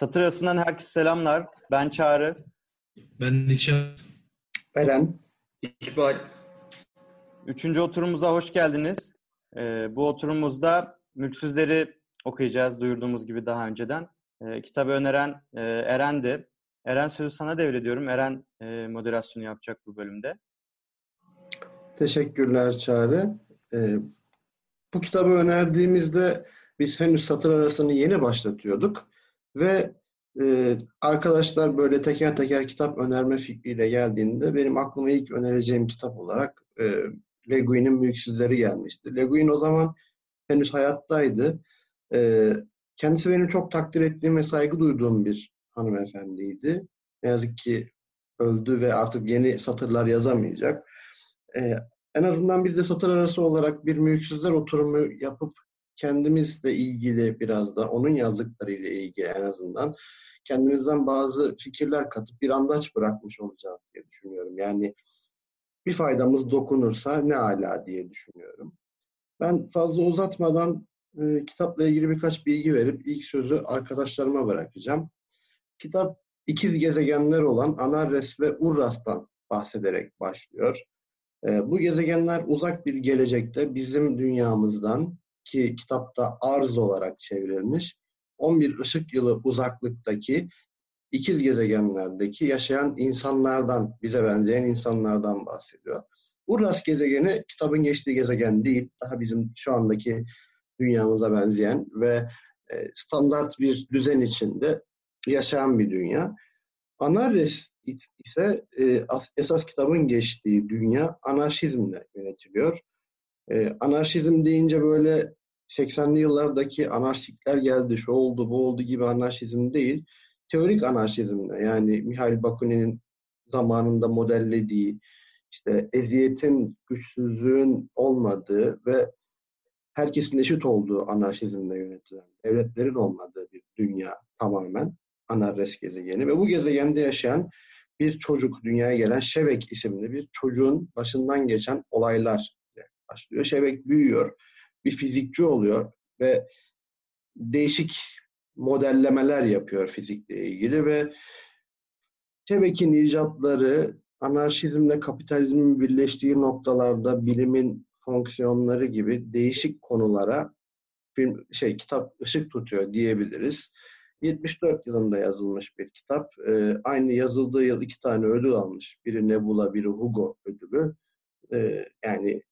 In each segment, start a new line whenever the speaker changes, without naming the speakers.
Satır Arası'ndan herkese selamlar. Ben Çağrı.
Ben Nişan.
Eren,
İkbal.
Üçüncü oturumumuza hoş geldiniz. Bu oturumumuzda Mülksüzler'i okuyacağız duyurduğumuz gibi daha önceden. Kitabı öneren Eren'di. Eren, sözü sana devrediyorum. Eren moderasyonu yapacak bu bölümde.
teşekkürler Çağrı. Ee, Bu kitabı önerdiğimizde biz henüz satır arasını yeni başlatıyorduk ve arkadaşlar böyle teker teker kitap önerme fikriyle geldiğinde benim aklıma ilk önereceğim kitap olarak Le Guin'in Mülksüzleri gelmişti. Le Guin o zaman henüz hayattaydı. Ee, Kendisi benim çok takdir ettiğim ve saygı duyduğum bir hanımefendiydi. Ne yazık ki öldü ve artık yeni satırlar yazamayacak. Ee, En azından biz de satır arası olarak bir mülksüzler oturumu yapıp kendimizle ilgili biraz da onun yazdıklarıyla ilgili en azından kendimizden bazı fikirler katıp bir andaç bırakmış olacağız diye düşünüyorum. Yani bir faydamız dokunursa ne ala diye düşünüyorum. Ben fazla uzatmadan kitapla ilgili birkaç bilgi verip ilk sözü arkadaşlarıma bırakacağım. Kitap ikiz gezegenler olan Anarres ve Urras'tan bahsederek başlıyor. Bu gezegenler uzak bir gelecekte bizim dünyamızdan, ki kitapta arz olarak çevrilmiş, 11 ışık yılı uzaklıktaki ikiz gezegenlerdeki yaşayan insanlardan, bize benzeyen insanlardan bahsediyor. Urras gezegeni kitabın geçtiği gezegen değil, daha bizim şu andaki dünyamıza benzeyen ve standart bir düzen içinde yaşayan bir dünya. Anarres ise esas kitabın geçtiği dünya anarşizmle yönetiliyor. Anarşizm deyince böyle 80'li yıllardaki anarşistler geldi, şu oldu, bu oldu gibi anarşizm değil. Teorik anarşizmle, yani Mihail Bakunin'in zamanında modellediği, işte eziyetin, güçsüzlüğün olmadığı ve herkesin eşit olduğu anarşizmle yönetilen, devletlerin olmadığı bir dünya tamamen Anarres gezegeni ve bu gezegende yaşayan bir çocuk, dünyaya gelen Şevek isimli bir çocuğun başından geçen olaylar başlıyor. Şevek büyüyor, bir fizikçi oluyor ve değişik modellemeler yapıyor fizikle ilgili ve Şevek'in icatları anarşizmle kapitalizmin birleştiği noktalarda bilimin fonksiyonları gibi değişik konulara kitap ışık tutuyor diyebiliriz. 74 yılında yazılmış bir kitap. Aynı yazıldığı yıl 2 tane ödül almış. Biri Nebula, biri Hugo ödülü. Yani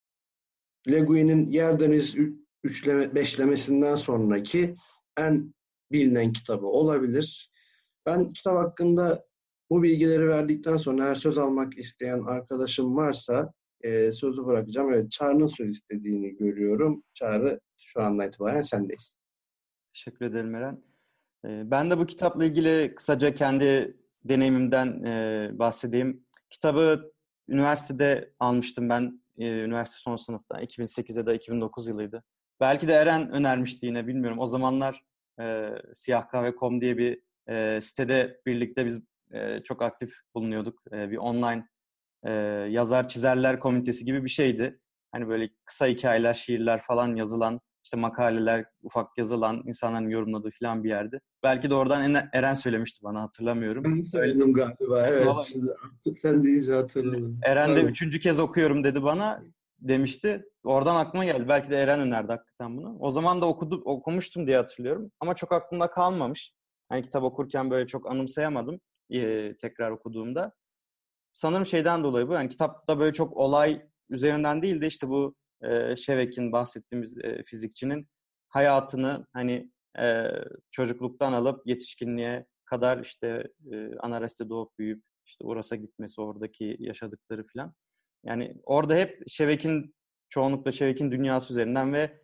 Le Guin'in Yer Deniz beşlemesinden sonraki en bilinen kitabı olabilir. Ben kitap hakkında bu bilgileri verdikten sonra eğer söz almak isteyen arkadaşım varsa sözü bırakacağım. Evet, Çağrı'nın söz istediğini görüyorum. Çağrı, şu andan itibaren sendeyiz.
Teşekkür ederim Eren. Ben de bu kitapla ilgili kısaca kendi deneyimimden bahsedeyim. Kitabı üniversitede almıştım ben. Üniversite son sınıfta. 2008 ya da 2009 yılıydı. Belki de Eren önermişti yine, bilmiyorum. O zamanlar Siyahkahve.com diye bir sitede birlikte biz çok aktif bulunuyorduk. Bir online yazar çizerler komünitesi gibi bir şeydi. Hani böyle kısa hikayeler, şiirler falan yazılan, işte makaleler ufak yazılan, insanların yorumladığı falan bir yerdi. Belki de oradan Eren söylemişti bana, hatırlamıyorum.
Ben söyledim galiba, evet.
Olabilir.
Sen deyince hatırladım.
Eren de
Pardon.
3. kez okuyorum dedi bana, demişti. Oradan aklıma geldi. Belki de Eren önerdi hakikaten bunu. O zaman da okumuştum diye hatırlıyorum. Ama çok aklımda kalmamış. Hani kitap okurken böyle çok anımsayamadım tekrar okuduğumda. Sanırım şeyden dolayı bu. Yani kitapta böyle çok olay üzerinden değil de işte bu Şevek'in bahsettiğimiz fizikçinin hayatını hani çocukluktan alıp yetişkinliğe kadar işte Anares'te doğup büyüyüp işte Uras'a gitmesi, oradaki yaşadıkları falan. Yani orada hep çoğunlukla Şevek'in dünyası üzerinden ve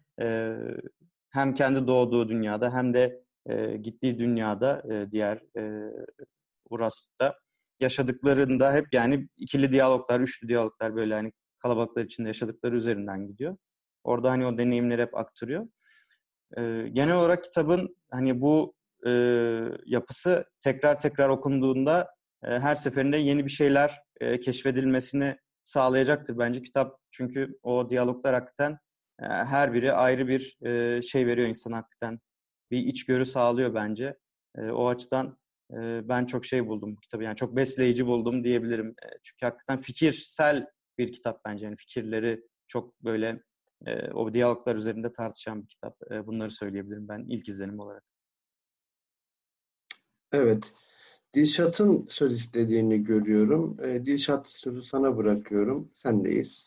hem kendi doğduğu dünyada hem de gittiği dünyada diğer Uras'ta yaşadıklarında hep yani ikili diyaloglar, üçlü diyaloglar, böyle hani kalabalıklar içinde yaşadıkları üzerinden gidiyor. Orada hani o deneyimleri hep aktarıyor. Genel olarak kitabın hani bu yapısı tekrar tekrar okunduğunda her seferinde yeni bir şeyler keşfedilmesini sağlayacaktır bence kitap. Çünkü o diyaloglar hakikaten her biri ayrı bir şey veriyor insana hakikaten. Bir içgörü sağlıyor bence. O açıdan ben çok şey buldum bu kitabı. Yani çok besleyici buldum diyebilirim. Çünkü hakikaten fikirsel bir kitap bence. Yani fikirleri çok böyle o diyaloglar üzerinde tartışan bir kitap. Bunları söyleyebilirim ben ilk izlenim olarak.
Evet. Dilşat'ın söz istediğini görüyorum. Dilşat, sözü sana bırakıyorum. Sendeyiz.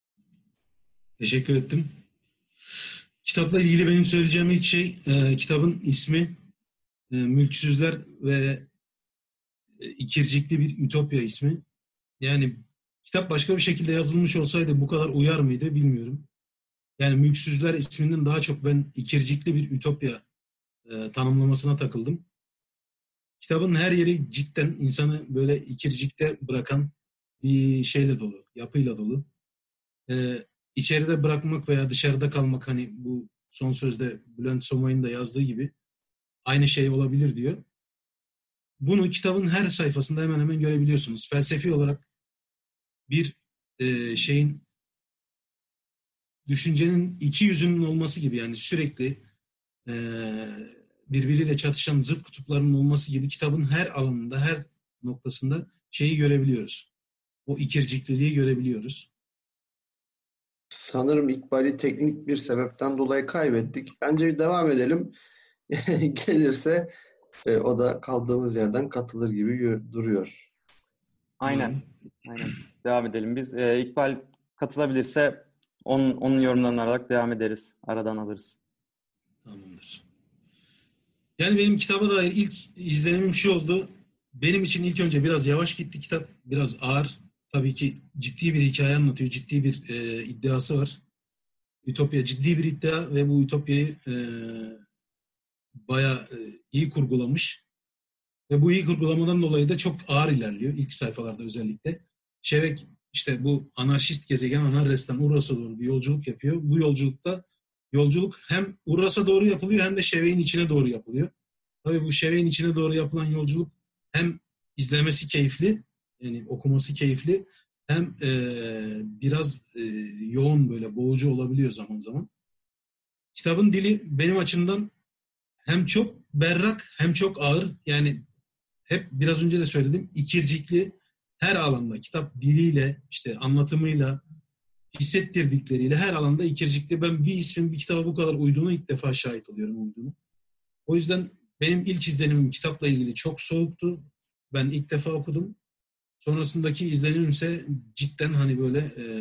Teşekkür ettim. Kitapla ilgili benim söyleyeceğim ilk şey kitabın ismi Mülksüzler ve İkircikli bir Ütopya ismi. Yani kitap başka bir şekilde yazılmış olsaydı bu kadar uyar mıydı bilmiyorum. Yani Mülksüzler isminden daha çok ben ikircikli bir Ütopya tanımlamasına takıldım. Kitabın her yeri cidden insanı böyle ikircikte bırakan bir şeyle dolu, yapıyla dolu. İçeride bırakmak veya dışarıda kalmak, hani bu son sözde Bülent Somay'ın da yazdığı gibi aynı şey olabilir diyor. Bunu kitabın her sayfasında hemen hemen görebiliyorsunuz. Felsefi olarak bir şeyin, düşüncenin iki yüzünün olması gibi, yani sürekli e, birbiriyle çatışan zıt kutupların olması gibi kitabın her alanında, her noktasında şeyi görebiliyoruz. O ikircikliliği görebiliyoruz.
Sanırım İkbal'i teknik bir sebepten dolayı kaybettik. Bence bir devam edelim. Gelirse o da kaldığımız yerden katılır gibi duruyor.
Aynen.
Umarım.
Aynen. Devam edelim biz. İkbal katılabilirse onun yorumlarını alarak devam ederiz. Aradan alırız.
Tamamdır. Yani benim kitaba dair ilk izlenimim şu oldu. Benim için ilk önce biraz yavaş gitti kitap. Biraz ağır. Tabii ki ciddi bir hikaye anlatıyor. Ciddi bir iddiası var. Ütopya ciddi bir iddia ve bu Ütopya'yı bayağı iyi kurgulamış. Ve bu iyi kurgulamadan dolayı da çok ağır ilerliyor. İlk sayfalarda özellikle. Şevek işte bu anarşist gezegen Anarres'ten Uros'a doğru bir yolculuk yapıyor. Bu yolculuk hem Uros'a doğru yapılıyor hem de Şevek'in içine doğru yapılıyor. Tabii bu Şevek'in içine doğru yapılan yolculuk hem izlemesi keyifli, yani okuması keyifli, hem biraz yoğun, böyle boğucu olabiliyor zaman zaman. Kitabın dili benim açımdan hem çok berrak hem çok ağır. Yani hep biraz önce de söyledim, ikircikli, her alanda kitap diliyle, işte anlatımıyla, hissettirdikleriyle her alanda ikircikli. Ben bir ismin bir kitaba bu kadar uyduğunu ilk defa şahit oluyorum, uyduğunu. O yüzden benim ilk izlenimim kitapla ilgili çok soğuktu. Ben ilk defa okudum. Sonrasındaki izlenimimse cidden hani böyle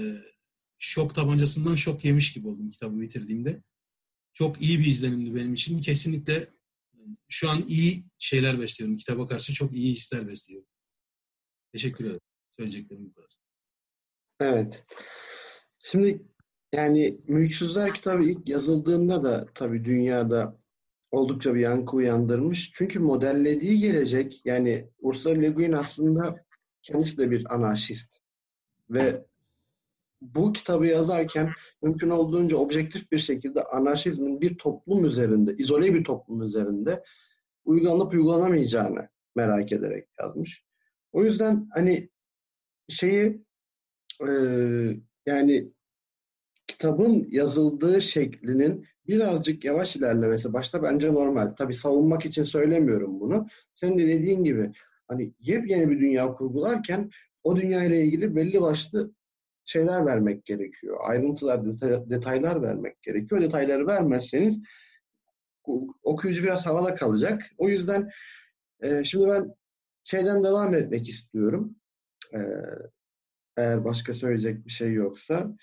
şok tabancasından şok yemiş gibi oldum kitabı bitirdiğimde. Çok iyi bir izlenimdi benim için. Kesinlikle şu an iyi şeyler besliyorum. Kitaba karşı çok iyi hisler besliyorum. Teşekkür ederim. Söyleyeceklerim bu kadar.
Evet. Şimdi yani Mülksüzler kitabı ilk yazıldığında da tabii dünyada oldukça bir yankı uyandırmış. Çünkü modellediği gelecek, yani Ursula Le Guin aslında kendisi de bir anarşist ve bu kitabı yazarken mümkün olduğunca objektif bir şekilde anarşizmin bir toplum üzerinde, izole bir toplum üzerinde uygulanıp uygulanamayacağını merak ederek yazmış. O yüzden hani şeyi e, yani kitabın yazıldığı şeklinin birazcık yavaş ilerlemesi başta bence normal. Tabii savunmak için söylemiyorum bunu. Senin de dediğin gibi hani yepyeni bir dünya kurgularken o dünya ile ilgili belli başlı şeyler vermek gerekiyor. Ayrıntılar, detaylar vermek gerekiyor. O detayları vermezseniz okuyucu biraz havada kalacak. O yüzden şimdi ben şeyden devam etmek istiyorum. E, Eğer başka söyleyecek bir şey yoksa.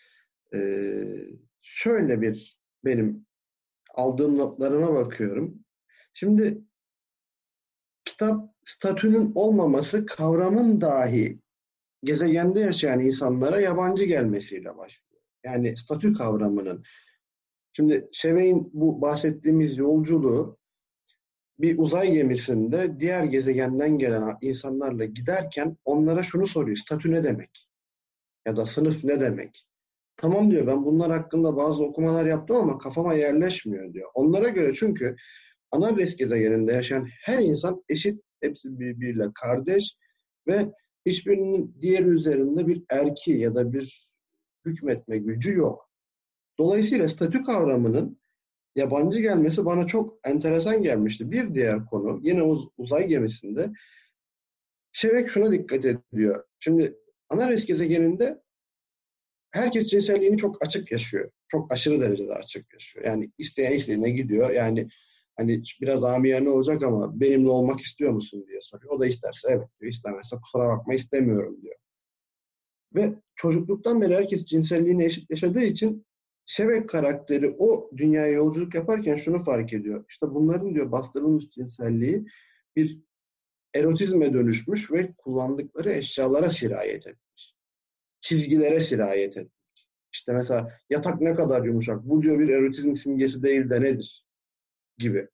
Şöyle bir benim aldığım notlarıma bakıyorum. Şimdi kitap statünün olmaması kavramın dahi gezegende yaşayan insanlara yabancı gelmesiyle başlıyor. Yani statü kavramının. Şimdi Şevek'in bu bahsettiğimiz yolculuğu bir uzay gemisinde diğer gezegenden gelen insanlarla giderken onlara şunu soruyor. Statü ne demek? Ya da sınıf ne demek? Tamam diyor, ben bunlar hakkında bazı okumalar yaptım ama kafama yerleşmiyor diyor. Onlara göre çünkü Anarres gezegeninde yaşayan her insan eşit, hepsi birbiriyle kardeş ve hiçbirinin diğeri üzerinde bir erki ya da bir hükmetme gücü yok. Dolayısıyla statü kavramının yabancı gelmesi bana çok enteresan gelmişti. Bir diğer konu yine uzay gemisinde Şevek şuna dikkat ediyor. Şimdi Anares gezegeninde herkes cinselliğini çok açık yaşıyor. Çok aşırı derecede açık yaşıyor. Yani isteyen istediğine gidiyor. Yani hani biraz amiyane olacak ama benimle olmak istiyor musun diye soruyor. O da isterse evet diyor. İstemezse kusura bakma istemiyorum diyor. Ve çocukluktan beri herkes cinselliğini eşit yaşadığı için Şevek karakteri o dünyaya yolculuk yaparken şunu fark ediyor. İşte bunların diyor bastırılmış cinselliği bir erotizme dönüşmüş ve kullandıkları eşyalara sirayet etmiş. Çizgilere sirayet etmiş. İşte mesela yatak ne kadar yumuşak. Bu diyor bir erotizm simgesi değil de nedir? Gibi.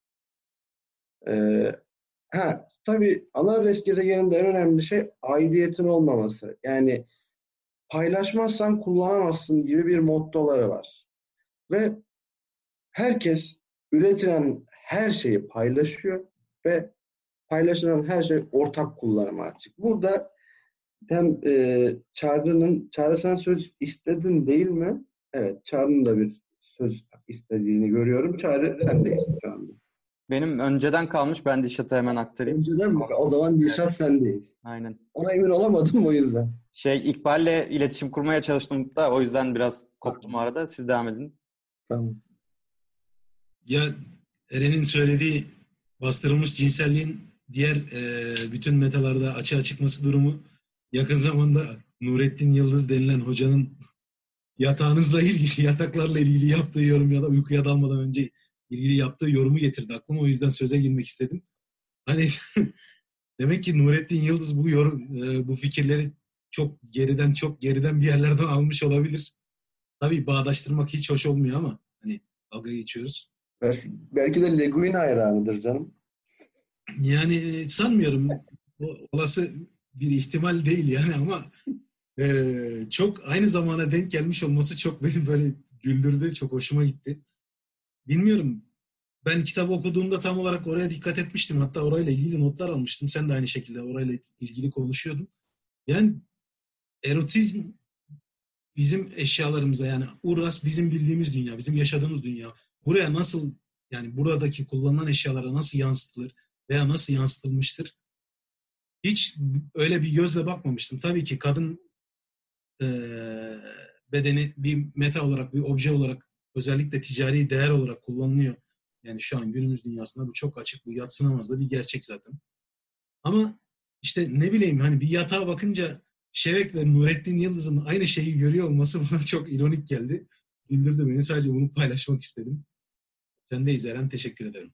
Tabii Anares gezegeninde en önemli şey aidiyetin olmaması. Yani paylaşmazsan kullanamazsın gibi bir mottoları var. Ve herkes üretilen her şeyi paylaşıyor ve paylaşılan her şey ortak kullanıma açık. Burada hem Çağrı sen söz istedin değil mi? Evet, Çağrı'nın da bir söz istediğini görüyorum. Çağrı sendeyiz şu anda.
Benim önceden kalmış. Ben Dişat'a hemen aktarayım.
Önceden mi? O zaman Dilşat sendeyiz.
Aynen.
Ona emin olamadım o yüzden.
İkbal'le iletişim kurmaya çalıştım da o yüzden biraz koptum arada. Siz devam edin.
Tamam.
Ya Eren'in söylediği bastırılmış cinselliğin diğer bütün metalarda açığa çıkması durumu yakın zamanda Nurettin Yıldız denilen hocanın yatağınızla ilgili, yataklarla ilgili yaptığı yorum ya da uykuya dalmadan önce ilgili yaptığı yorumu getirdi aklıma. O yüzden söze girmek istedim. Hani demek ki Nurettin Yıldız bu fikirleri çok geriden bir yerlerden almış olabilir. Tabii bağdaştırmak hiç hoş olmuyor ama hani dalga geçiyoruz.
Belki de Le Guin hayranıdır canım.
Yani sanmıyorum. Olası bir ihtimal değil yani ama çok aynı zamana denk gelmiş olması çok beni böyle güldürdü. Çok hoşuma gitti. Bilmiyorum. Ben kitabı okuduğumda tam olarak oraya dikkat etmiştim. Hatta orayla ilgili notlar almıştım. Sen de aynı şekilde orayla ilgili konuşuyordun. Yani erotizm bizim eşyalarımıza yani Urras bizim bildiğimiz dünya, bizim yaşadığımız dünya. Buraya nasıl yani buradaki kullanılan eşyalara nasıl yansıtılır veya nasıl yansıtılmıştır? Hiç öyle bir gözle bakmamıştım. Tabii ki kadın bedeni bir meta olarak, bir obje olarak özellikle ticari değer olarak kullanılıyor. Yani şu an günümüz dünyasında bu çok açık, bu yadsınamaz da bir gerçek zaten. Ama işte ne bileyim hani bir yatağa bakınca Şevek ve Nurettin Yıldız'ın aynı şeyi görüyor olması bana çok ironik geldi. Güldürdü beni. Sadece bunu paylaşmak istedim. Sendeyiz Eren. Teşekkür ederim.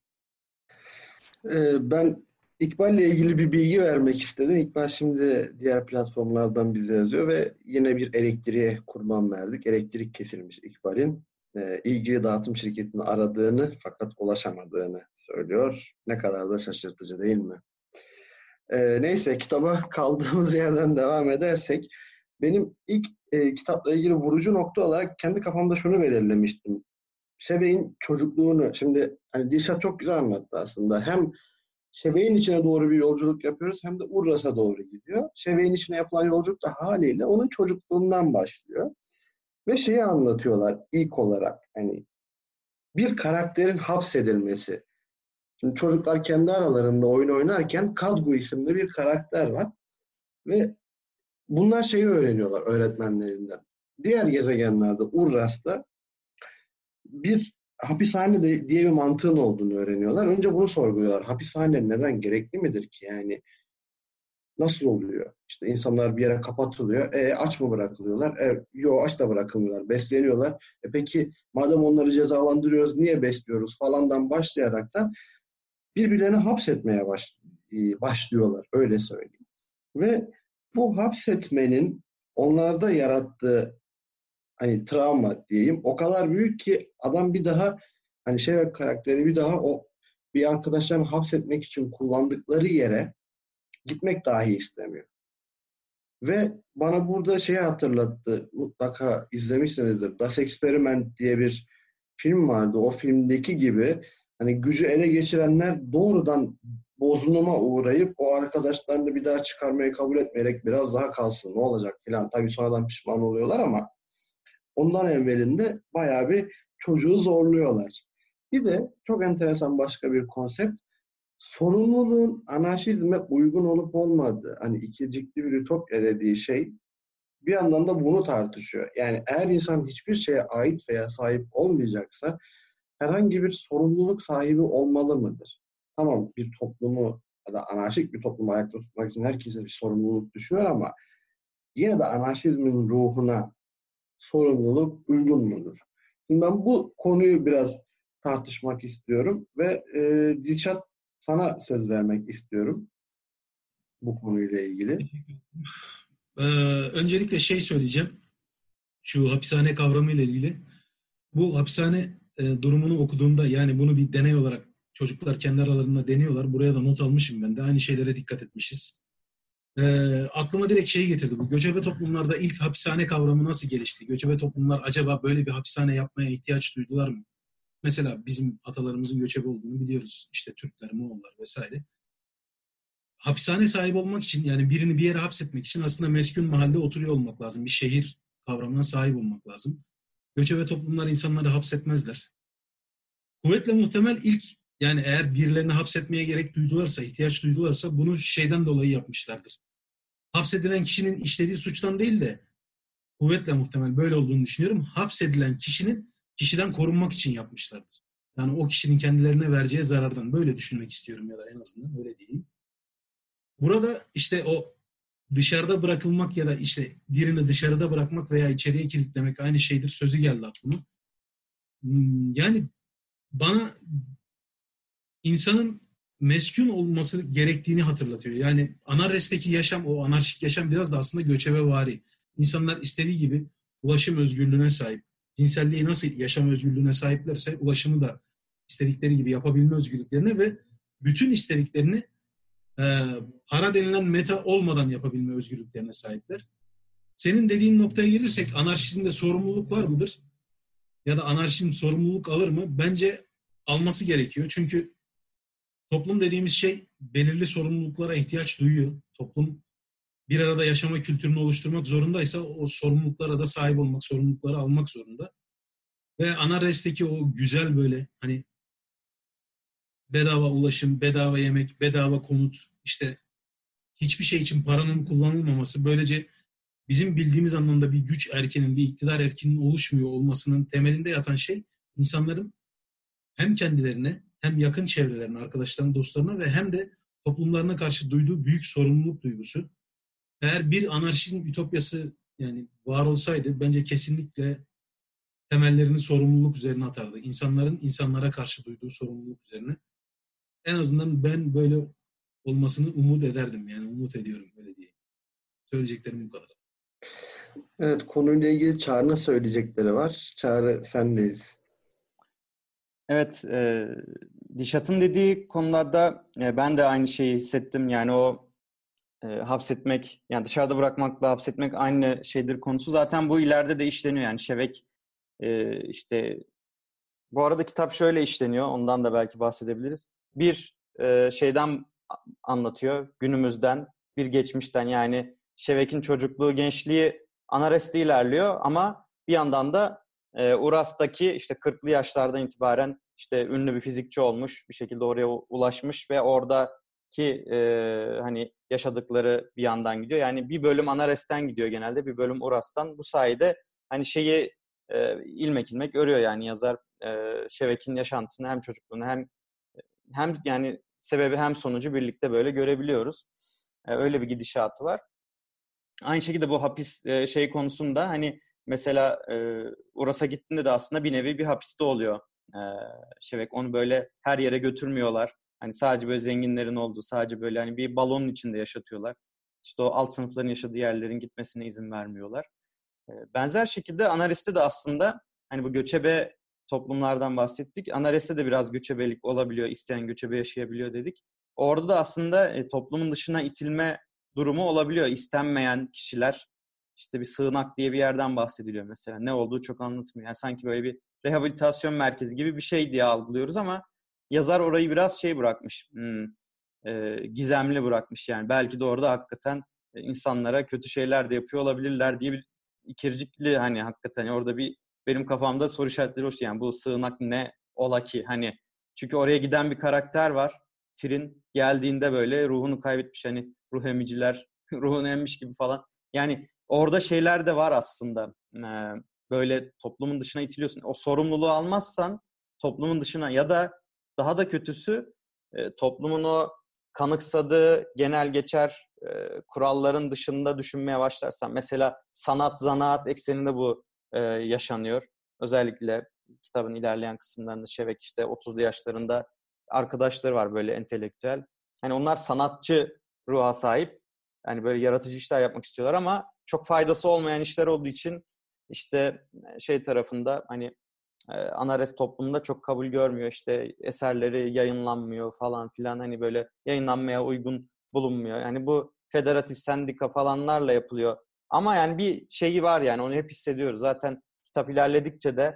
Ben İkbal'le ilgili bir bilgi vermek istedim. İkbal şimdi diğer platformlardan bize yazıyor ve yine bir elektriğe kurban verdik. Elektrik kesilmiş İkbal'in. İlgili dağıtım şirketini aradığını fakat ulaşamadığını söylüyor. Ne kadar da şaşırtıcı değil mi? Neyse kitaba kaldığımız yerden devam edersek benim ilk kitapla ilgili vurucu nokta olarak kendi kafamda şunu belirlemiştim. Şebek'in çocukluğunu şimdi hani Dilşat çok güzel anlattı aslında. Hem Şebek'in içine doğru bir yolculuk yapıyoruz hem de Urras'a doğru gidiyor. Şebek'in içine yapılan yolculuk da haliyle onun çocukluğundan başlıyor. Ve şeyi anlatıyorlar ilk olarak hani bir karakterin hapsedilmesi. Şimdi çocuklar kendi aralarında oyun oynarken Kadgu isimli bir karakter var. Ve bunlar şeyi öğreniyorlar öğretmenlerinden. Diğer gezegenlerde Urras'ta bir hapishane diye bir mantığın olduğunu öğreniyorlar. Önce bunu sorguluyorlar. Hapishane neden gerekli midir ki? Yani nasıl oluyor? İşte insanlar bir yere kapatılıyor. Aç mı bırakılıyorlar? Yok aç da bırakılmıyorlar. Besleniyorlar. Peki madem onları cezalandırıyoruz niye besliyoruz falandan başlayaraktan birbirlerini hapsetmeye başlıyorlar. Öyle söyleyeyim. Ve bu hapsetmenin onlarda yarattığı hani travma diyeyim o kadar büyük ki adam bir daha hani Şevek karakteri bir daha o bir arkadaşlarını hapsetmek için kullandıkları yere gitmek dahi istemiyor. Ve bana burada şeyi hatırlattı. Mutlaka izlemişsinizdir. Das Experiment diye bir film vardı. O filmdeki gibi hani gücü ele geçirenler doğrudan bozuluma uğrayıp o arkadaşlarını bir daha çıkarmayı kabul etmeyerek biraz daha kalsın ne olacak filan. Tabii sonradan pişman oluyorlar ama ondan evvelinde bayağı bir çocuğu zorluyorlar. Bir de çok enteresan başka bir konsept. Sorumluluğun anarşizme uygun olup olmadığı, hani ikircikli bir ütopya dediği şey bir yandan da bunu tartışıyor. Yani eğer insan hiçbir şeye ait veya sahip olmayacaksa herhangi bir sorumluluk sahibi olmalı mıdır? Tamam, bir toplumu ya da anarşik bir toplumu ayakta tutmak için herkese bir sorumluluk düşüyor ama yine de anarşizmin ruhuna sorumluluk uygun mudur? Şimdi ben bu konuyu biraz tartışmak istiyorum ve Dilşat, sana söz vermek istiyorum bu konuyla ilgili.
Ee, Öncelikle şey söyleyeceğim. Şu hapishane kavramı ile ilgili. Bu hapishane durumunu okuduğumda, yani bunu bir deney olarak çocuklar kendi aralarında deniyorlar. Buraya da not almışım ben de. Aynı şeylere dikkat etmişiz. Aklıma direkt şeyi getirdi. Bu göçebe toplumlarda ilk hapishane kavramı nasıl gelişti? Göçebe toplumlar acaba böyle bir hapishane yapmaya ihtiyaç duydular mı? Mesela bizim atalarımızın göçebe olduğunu biliyoruz. İşte Türkler, Moğollar vesaire. Hapishane sahibi olmak için, yani birini bir yere hapsetmek için aslında meskun mahalde oturuyor olmak lazım. Bir şehir kavramına sahip olmak lazım. Göçebe toplumlar insanları hapsetmezler. Kuvvetle muhtemel ilk, yani eğer birilerini hapsetmeye gerek duydularsa, ihtiyaç duydularsa bunu şeyden dolayı yapmışlardır. Hapsedilen kişinin işlediği suçtan değil de, kuvvetle muhtemel böyle olduğunu düşünüyorum, hapsedilen kişinin kişiden korunmak için yapmışlardır. Yani o kişinin kendilerine vereceği zarardan, böyle düşünmek istiyorum, ya da en azından öyle diyeyim. Burada işte o dışarıda bırakılmak ya da işte birini dışarıda bırakmak veya içeriye kilitlemek aynı şeydir sözü geldi aklıma. Yani bana insanın meskun olması gerektiğini hatırlatıyor. Yani Anarres'teki yaşam, o anarşik yaşam biraz da aslında göçebevari. İnsanlar istediği gibi ulaşım özgürlüğüne sahip. Cinselliği nasıl yaşam özgürlüğüne sahiplerse ulaşımı da istedikleri gibi yapabilme özgürlüklerine ve bütün istediklerini para denilen meta olmadan yapabilme özgürlüklerine sahipler. Senin dediğin noktaya gelirsek, anarşizmde sorumluluk var mıdır? Ya da anarşizm sorumluluk alır mı? Bence alması gerekiyor. Çünkü toplum dediğimiz şey belirli sorumluluklara ihtiyaç duyuyor. Toplum bir arada yaşama kültürünü oluşturmak zorundaysa o sorumluluklara da sahip olmak, sorumlulukları almak zorunda. Ve Anares'teki o güzel böyle hani bedava ulaşım, bedava yemek, bedava konut, işte hiçbir şey için paranın kullanılmaması, böylece bizim bildiğimiz anlamda bir güç erkenin, bir iktidar erkenin oluşmuyor olmasının temelinde yatan şey, insanların hem kendilerine hem yakın çevrelerine, arkadaşlarına, dostlarına ve hem de toplumlarına karşı duyduğu büyük sorumluluk duygusu. Eğer bir anarşizm ütopyası yani var olsaydı, bence kesinlikle temellerini sorumluluk üzerine atardı. İnsanların insanlara karşı duyduğu sorumluluk üzerine. En azından ben böyle olmasını umut ederdim. Yani umut ediyorum, öyle diyeyim. Söyleyeceklerim bu kadar.
Evet, konuyla ilgili Çağrı'nın söyleyecekleri var. Çağrı, sendeyiz.
Evet, Dişat'ın dediği konularda ben de aynı şeyi hissettim. Yani o hapsetmek, yani dışarıda bırakmakla hapsetmek aynı şeydir konusu. Zaten bu ileride de işleniyor. Yani Şevek işte bu arada kitap şöyle işleniyor. Ondan da belki bahsedebiliriz. Bir şeyden anlatıyor. Günümüzden, bir geçmişten. Yani Şevek'in çocukluğu, gençliği Anares'te ilerliyor ama bir yandan da Uras'taki işte 40'lı yaşlardan itibaren işte ünlü bir fizikçi olmuş. Bir şekilde oraya ulaşmış ve oradaki hani yaşadıkları bir yandan gidiyor. Yani bir bölüm Anares'ten gidiyor genelde, bir bölüm Uras'tan. Bu sayede hani şeyi ilmek ilmek örüyor yani yazar Şevek'in yaşantısını, hem çocukluğunu hem yani sebebi hem sonucu birlikte böyle görebiliyoruz. Öyle bir gidişatı var. Aynı şekilde bu hapis şey konusunda hani mesela Uras'a gittiğinde de aslında bir nevi bir hapiste oluyor Şevek. Onu böyle her yere götürmüyorlar. Hani sadece böyle zenginlerin olduğu, sadece böyle hani bir balonun içinde yaşatıyorlar. İşte o alt sınıfların yaşadığı yerlerin gitmesine izin vermiyorlar. Benzer şekilde Anares'te de aslında hani bu göçebe toplumlardan bahsettik. Anares'te de biraz göçebelik olabiliyor. İsteyen göçebe yaşayabiliyor dedik. Orada da aslında toplumun dışına itilme durumu olabiliyor. İstenmeyen kişiler, işte bir sığınak diye bir yerden bahsediliyor mesela. Ne olduğu çok anlatmıyor. Yani sanki böyle bir rehabilitasyon merkezi gibi bir şey diye algılıyoruz ama yazar orayı biraz şey bırakmış. Gizemli bırakmış yani. Belki de orada hakikaten insanlara kötü şeyler de yapıyor olabilirler diye bir ikircikli, hani hakikaten orada bir benim kafamda soru işaretleri oluştu. Yani bu sığınak ne ola ki hani, çünkü oraya giden bir karakter var. Tyrion geldiğinde böyle ruhunu kaybetmiş, hani ruh emiciler ruhunu emmiş gibi falan. Yani orada şeyler de var aslında. Böyle toplumun dışına itiliyorsun. O sorumluluğu almazsan toplumun dışına, ya da daha da kötüsü toplumun o kanıksadığı genel geçer kuralların dışında düşünmeye başlarsan. Mesela sanat, zanaat ekseninde bu yaşanıyor. Özellikle kitabın ilerleyen kısımlarında Şevek işte 30'lu yaşlarında arkadaşları var böyle entelektüel. Hani onlar sanatçı ruha sahip. Yani böyle yaratıcı işler yapmak istiyorlar ama çok faydası olmayan işler olduğu için işte şey tarafında hani Anares toplumunda çok kabul görmüyor. İşte eserleri yayınlanmıyor falan filan, hani böyle yayınlanmaya uygun bulunmuyor. Yani bu federatif sendika falanlarla yapılıyor. Ama yani bir şeyi var, yani onu hep hissediyoruz. Zaten kitap ilerledikçe de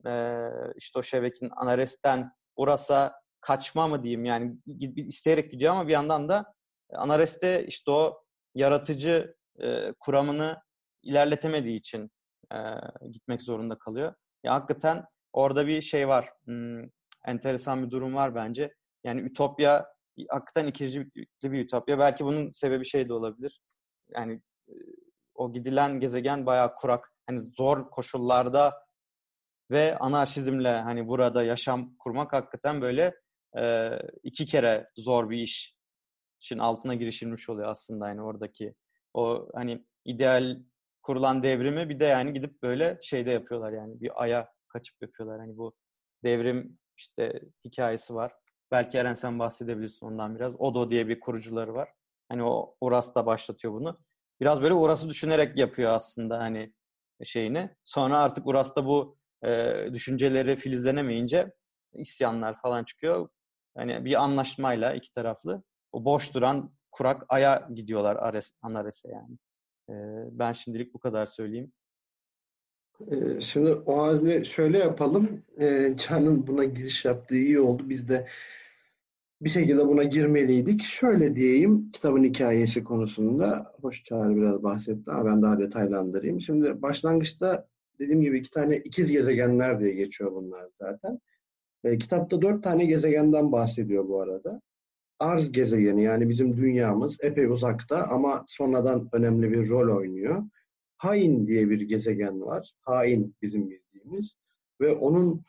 işte o Şevek'in Anares'ten Uras'a kaçma mı diyeyim, yani isteyerek gidiyor ama bir yandan da Anares'te işte o yaratıcı kuramını ilerletemediği için e, gitmek zorunda kalıyor. Ya hakikaten orada bir şey var. Enteresan bir durum var bence. Yani Ütopya hakikaten ikircikli bir Ütopya. Belki bunun sebebi şey de olabilir. Yani e, o gidilen gezegen bayağı kurak. Hani zor koşullarda ve anarşizmle hani burada yaşam kurmak hakikaten böyle iki kere zor bir iş. İşin altına girişilmiş oluyor aslında, yani oradaki o hani ideal kurulan devrimi bir de yani gidip böyle şeyde yapıyorlar, yani bir aya kaçıp yapıyorlar. Hani bu devrim işte hikayesi var. Belki Eren sen bahsedebilirsin ondan biraz. Odo diye bir kurucuları var. Hani o Uras da başlatıyor bunu. Biraz böyle Uras'ı düşünerek yapıyor aslında hani şeyini. Sonra artık Uras'ta bu düşünceleri filizlenemeyince isyanlar falan çıkıyor. Hani bir anlaşmayla iki taraflı o boş duran kurak aya gidiyorlar Anares'e yani. Ben şimdilik bu kadar söyleyeyim.
Şimdi o halde şöyle yapalım. Can'ın buna giriş yaptığı iyi oldu. Biz de bir şekilde buna girmeliydik. Şöyle diyeyim, kitabın hikayesi konusunda. Hoş Çağrı biraz bahsetti ama ben daha detaylandırayım. Şimdi başlangıçta dediğim gibi 2 tane ikiz gezegenler diye geçiyor bunlar zaten. Kitapta 4 tane gezegenden bahsediyor bu arada. Arz gezegeni, yani bizim dünyamız epey uzakta ama sonradan önemli bir rol oynuyor. Hain diye bir gezegen var. Hain bizim bildiğimiz. Ve onun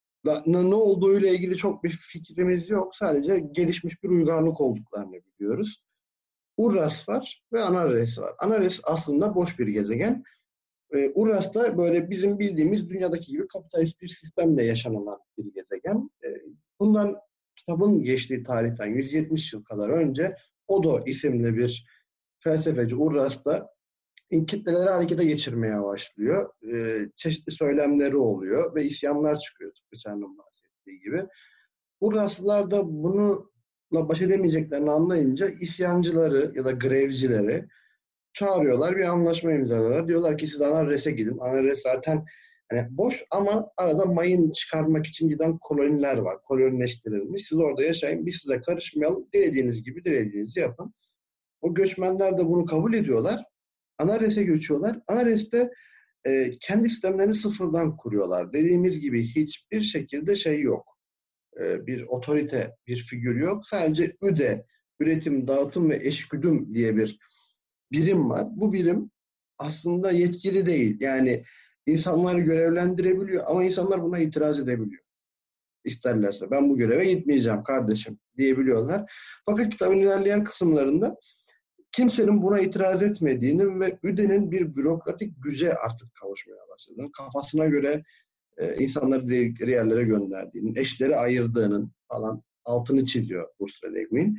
ne olduğuyla ilgili çok bir fikrimiz yok. Sadece gelişmiş bir uygarlık olduklarını biliyoruz. Urras var ve Anares var. Anares aslında boş bir gezegen. Urras da böyle bizim bildiğimiz dünyadaki gibi kapitalist bir sistemle yaşanılan bir gezegen. Bundan kitabın geçtiği tarihten 170 yıl kadar önce Odo isimli bir felsefeci Urras da kitleleri harekete geçirmeye başlıyor. Çeşitli söylemleri oluyor ve isyanlar çıkıyor tıpkı senin bahsettiği gibi. Uraslılar da bununla baş edemeyeceklerini anlayınca isyancıları ya da grevcileri çağırıyorlar, bir anlaşma imzalıyorlar. Diyorlar ki siz Anares'e gidin. Anares zaten hani boş ama arada mayın çıkarmak için giden koloniler var. Kolonileştirilmiş. Siz orada yaşayın. Biz size karışmayalım. Dilediğiniz gibi dilediğinizi yapın. O göçmenler de bunu kabul ediyorlar. Anares'e göçüyorlar. Anares'te kendi sistemlerini sıfırdan kuruyorlar. Dediğimiz gibi hiçbir şekilde şey yok. Bir otorite, bir figür yok. Sadece üde, üretim, dağıtım ve eşgüdüm diye bir birim var. Bu birim aslında yetkili değil. Yani insanları görevlendirebiliyor ama insanlar buna itiraz edebiliyor. İsterlerse ben bu göreve gitmeyeceğim kardeşim diyebiliyorlar. Fakat kitabın ilerleyen kısımlarında kimsenin buna itiraz etmediğini ve ÜDE'nin bir bürokratik güce artık kavuşmaya başladığını, kafasına göre insanları dedikleri yerlere gönderdiğinin, eşleri ayırdığının falan altını çiziyor Ursula Le Guin.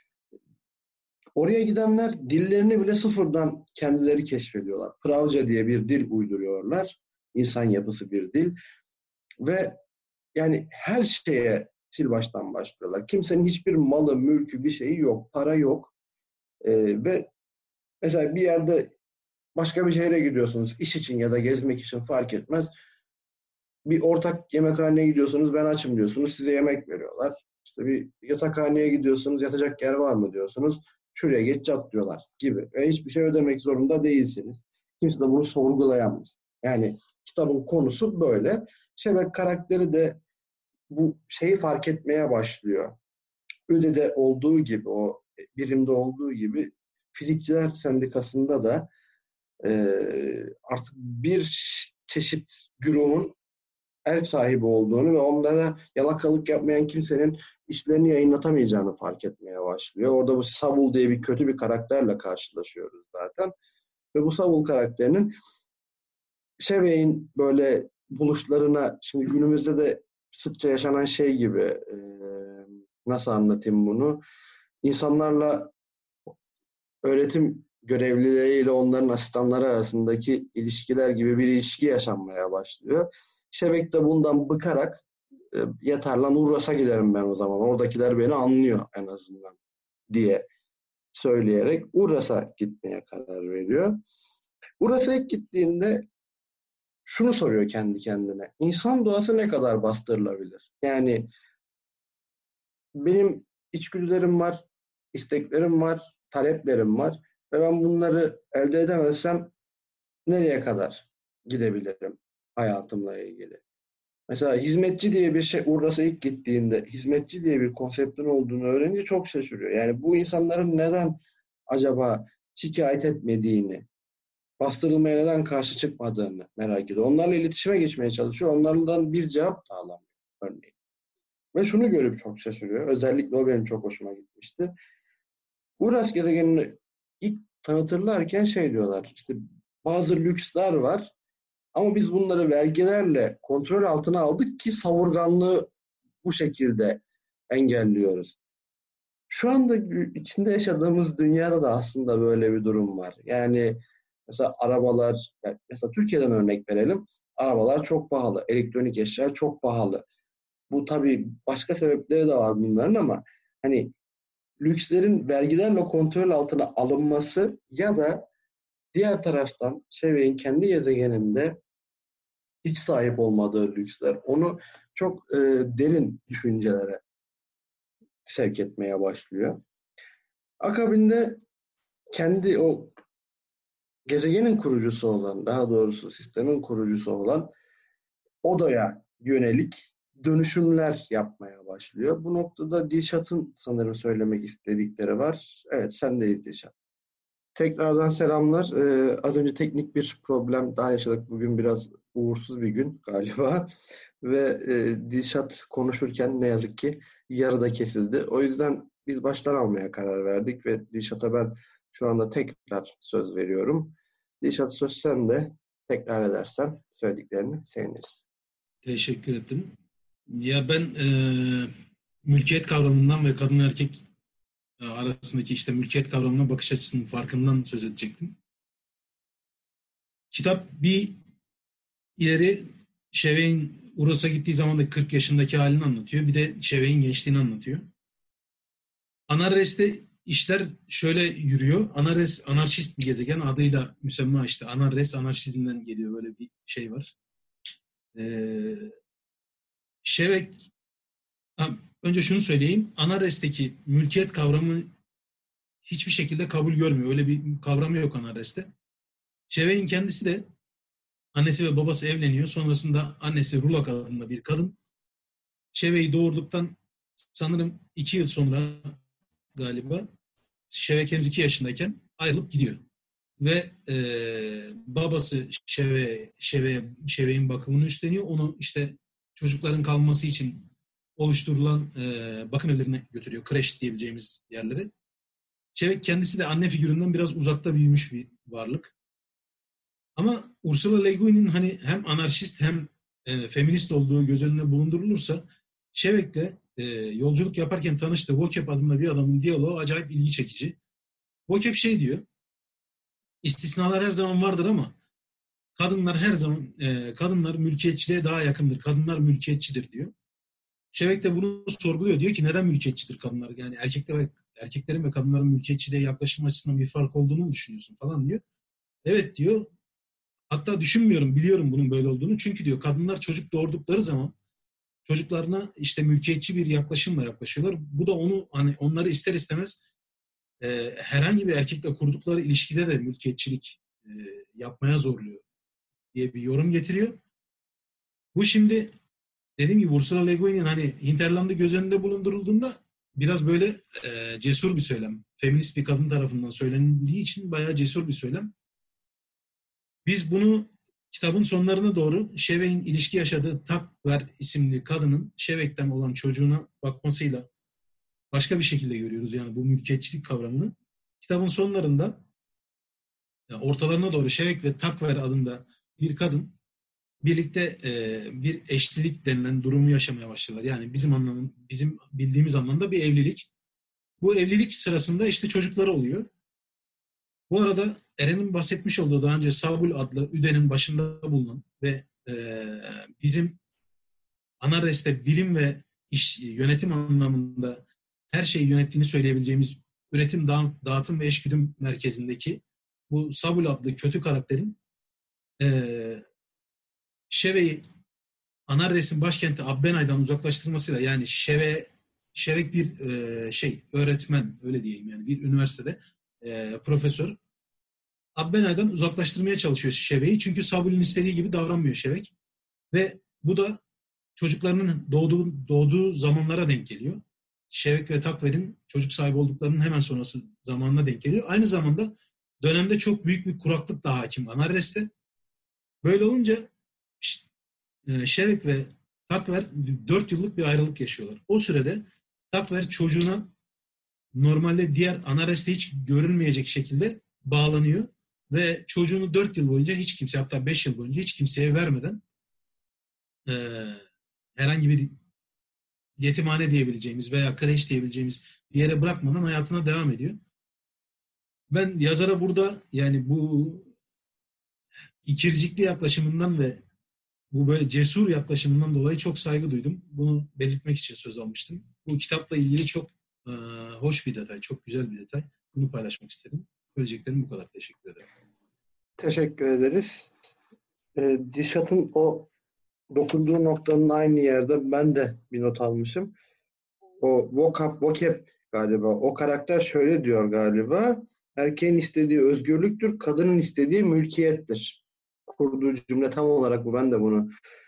Oraya gidenler dillerini bile sıfırdan kendileri keşfediyorlar. Pravca diye bir dil uyduruyorlar. İnsan yapısı bir dil. Ve yani her şeye sil baştan başlıyorlar. Kimsenin hiçbir malı, mülkü, bir şeyi yok. Para yok. Ve mesela bir yerde başka bir şehre gidiyorsunuz. İş için ya da gezmek için fark etmez. Bir ortak yemekhaneye gidiyorsunuz. Ben açım diyorsunuz. Size yemek veriyorlar. İşte bir yatakhaneye gidiyorsunuz. Yatacak yer var mı diyorsunuz. Şuraya geç yat diyorlar gibi. Ve hiçbir şey ödemek zorunda değilsiniz. Kimse de bunu sorgulayamaz. Yani kitabın konusu böyle. Şebek karakteri de bu şeyi fark etmeye başlıyor. ÖDE'de olduğu gibi, o birimde olduğu gibi Fizikçiler Sendikası'nda da artık bir çeşit güruhun ev sahibi olduğunu ve onlara yalakalık yapmayan kimsenin işlerini yayınlatamayacağını fark etmeye başlıyor. Orada bu Savul diye bir kötü bir karakterle karşılaşıyoruz zaten. Ve bu Savul karakterinin Şevek'in böyle buluşlarına, şimdi günümüzde de sıkça yaşanan şey gibi, nasıl anlatayım bunu? İnsanlarla öğretim görevlileriyle onların asistanları arasındaki ilişkiler gibi bir ilişki yaşanmaya başlıyor. Şevek de bundan bıkarak yeter lan Urras'a giderim ben o zaman. Oradakiler beni anlıyor en azından diye söyleyerek Urras'a gitmeye karar veriyor. Urras'a ilk gittiğinde şunu soruyor kendi kendine. İnsan doğası ne kadar bastırılabilir? Yani benim içgüdülerim var, isteklerim var, taleplerim var ve ben bunları elde edemezsem nereye kadar gidebilirim hayatımla ilgili? Mesela hizmetçi diye bir şey, Urras'a ilk gittiğinde hizmetçi diye bir konseptin olduğunu öğrenince çok şaşırıyor. Yani bu insanların neden acaba şikayet etmediğini, bastırılmaya neden karşı çıkmadığını merak ediyor. Onlarla iletişime geçmeye çalışıyor. Onlardan bir cevap da alamıyor örneğin. Ve şunu görüp çok şaşırıyor. Özellikle o benim çok hoşuma gitmişti. Uras gezegenini ilk tanıtırlarken şey diyorlar. İşte bazı lüksler var ama biz bunları vergilerle kontrol altına aldık ki savurganlığı bu şekilde engelliyoruz. Şu anda içinde yaşadığımız dünyada da aslında böyle bir durum var. Yani mesela arabalar, mesela Türkiye'den örnek verelim. Arabalar çok pahalı, elektronik eşyalar çok pahalı. Bu tabii başka sebepleri de var bunların ama hani lükslerin vergilerle kontrol altına alınması ya da diğer taraftan Şevek'in kendi gezegeninde hiç sahip olmadığı lüksler onu çok derin düşüncelere sevk etmeye başlıyor. Akabinde kendi o gezegenin kurucusu olan, daha doğrusu sistemin kurucusu olan Odo'ya yönelik dönüşümler yapmaya başlıyor. Bu noktada Dilşat'ın sanırım söylemek istedikleri var. Evet, sendeyiz Dilşat. Tekrardan selamlar. Az önce teknik bir problem daha yaşadık. Bugün biraz uğursuz bir gün galiba. Ve Dilşat konuşurken ne yazık ki yarıda kesildi. O yüzden biz baştan almaya karar verdik ve Dilşat'a ben şu anda tekrar söz veriyorum. Dilşat, söz sende. Tekrar edersen söylediklerini seviniriz.
Teşekkür ettim. Ya ben mülkiyet kavramından ve kadın erkek arasındaki işte mülkiyet kavramına bakış açısının farkından söz edecektim. Kitap bir ileri Şevek'in Uras'a gittiği zaman da 40 yaşındaki halini anlatıyor. Bir de Şevek'in gençliğini anlatıyor. Anarres'te işler şöyle yürüyor. Anarres anarşist bir gezegen, adıyla müsemma işte. Anarres anarşizmden geliyor, böyle bir şey var. Şevek, önce şunu söyleyeyim. Anarres'teki mülkiyet kavramı hiçbir şekilde kabul görmüyor. Öyle bir kavramı yok Anarres'te. Şevek'in kendisi de, annesi ve babası evleniyor. Sonrasında annesi Rulak adında bir kadın. Şevek'i doğurduktan sanırım 2 yıl sonra galiba Şevek henüz 2 yaşındayken ayrılıp gidiyor. Ve babası Şevek'in bakımını üstleniyor. Onu işte çocukların kalması için oluşturulan bakım evlerine götürüyor. Kreş diyebileceğimiz yerlere. Şevek kendisi de anne figüründen biraz uzakta büyümüş bir varlık. Ama Ursula Le Guin'in hani hem anarşist hem feminist olduğu göz önüne bulundurulursa Şevek'le yolculuk yaparken tanıştığı Vokep adında bir adamın diyaloğu acayip ilgi çekici. Vokep şey diyor: istisnalar her zaman vardır ama kadınlar her zaman kadınlar mülkiyetçiliğe daha yakındır. Kadınlar mülkiyetçidir diyor. Şevek de bunu sorguluyor. Diyor ki neden mülkiyetçidir kadınlar? Yani erkeklerin ve kadınların mülkiyetçiliğe yaklaşım açısından bir fark olduğunu mu düşünüyorsun falan diyor. Evet diyor. Hatta düşünmüyorum, biliyorum bunun böyle olduğunu. Çünkü diyor kadınlar çocuk doğurdukları zaman çocuklarına işte mülkiyetçi bir yaklaşımla yaklaşıyorlar. Bu da onu, hani onları ister istemez herhangi bir erkekle kurdukları ilişkide de mülkiyetçilik yapmaya zorluyor diye bir yorum getiriyor. Bu şimdi dediğim gibi Ursula Le Guin'in hani Hinterland'ı göz önünde bulundurulduğunda biraz böyle cesur bir söylem. Feminist bir kadın tarafından söylendiği için bayağı cesur bir söylem. Biz bunu kitabın sonlarına doğru Şevek'in ilişki yaşadığı Takver isimli kadının Şevek'ten olan çocuğuna bakmasıyla başka bir şekilde görüyoruz. Yani bu mülkiyetçilik kavramını. Kitabın sonlarında ortalarına doğru Şevek ve Takver adında bir kadın birlikte bir eşlilik denilen durumu yaşamaya başlıyorlar. Yani bizim bildiğimiz anlamda bir evlilik. Bu evlilik sırasında işte çocukları oluyor. Bu arada Eren'in bahsetmiş olduğu daha önce Sabul adlı Üde'nin başında bulunan ve bizim Anares'te bilim ve yönetim anlamında her şeyi yönettiğini söyleyebileceğimiz üretim, dağıtım ve eşgüdüm merkezindeki bu Sabul adlı kötü karakterin Şeve'yi Anares'in başkenti Abbenay'dan uzaklaştırmasıyla yani Şevek bir öğretmen öyle diyeyim yani bir üniversitede profesör Abbenay'dan uzaklaştırmaya çalışıyor Şevek'i çünkü Sabul'ün istediği gibi davranmıyor Şevek ve bu da çocuklarının doğduğu zamanlara denk geliyor. Şevek ve Takver'in çocuk sahibi olduklarının hemen sonrası zamanına denk geliyor. Aynı zamanda dönemde çok büyük bir kuraklık da hakim Anares'te. Böyle olunca Şevek ve Takver 4 yıllık bir ayrılık yaşıyorlar. O sürede Takver çocuğuna normalde diğer Anares'te hiç görülmeyecek şekilde bağlanıyor ve çocuğunu 4 yıl boyunca hiç kimse hatta 5 yıl boyunca hiç kimseye vermeden e, herhangi bir yetimhane diyebileceğimiz veya kreş diyebileceğimiz bir yere bırakmadan hayatına devam ediyor. Ben yazara burada yani bu ikircikli yaklaşımından ve bu böyle cesur yaklaşımından dolayı çok saygı duydum. Bunu belirtmek için söz almıştım. Bu kitapla ilgili çok hoş bir detay, çok güzel bir detay. Bunu paylaşmak istedim. Söyleyeceklerim bu kadar. Teşekkür ederim.
Teşekkür ederiz. Dişat'ın o dokunduğu noktanın aynı yerde ben de bir not almışım. O vocab galiba. O karakter şöyle diyor galiba. Erkeğin istediği özgürlüktür, kadının istediği mülkiyettir. Kurduğu cümle tam olarak bu. Ben de bunu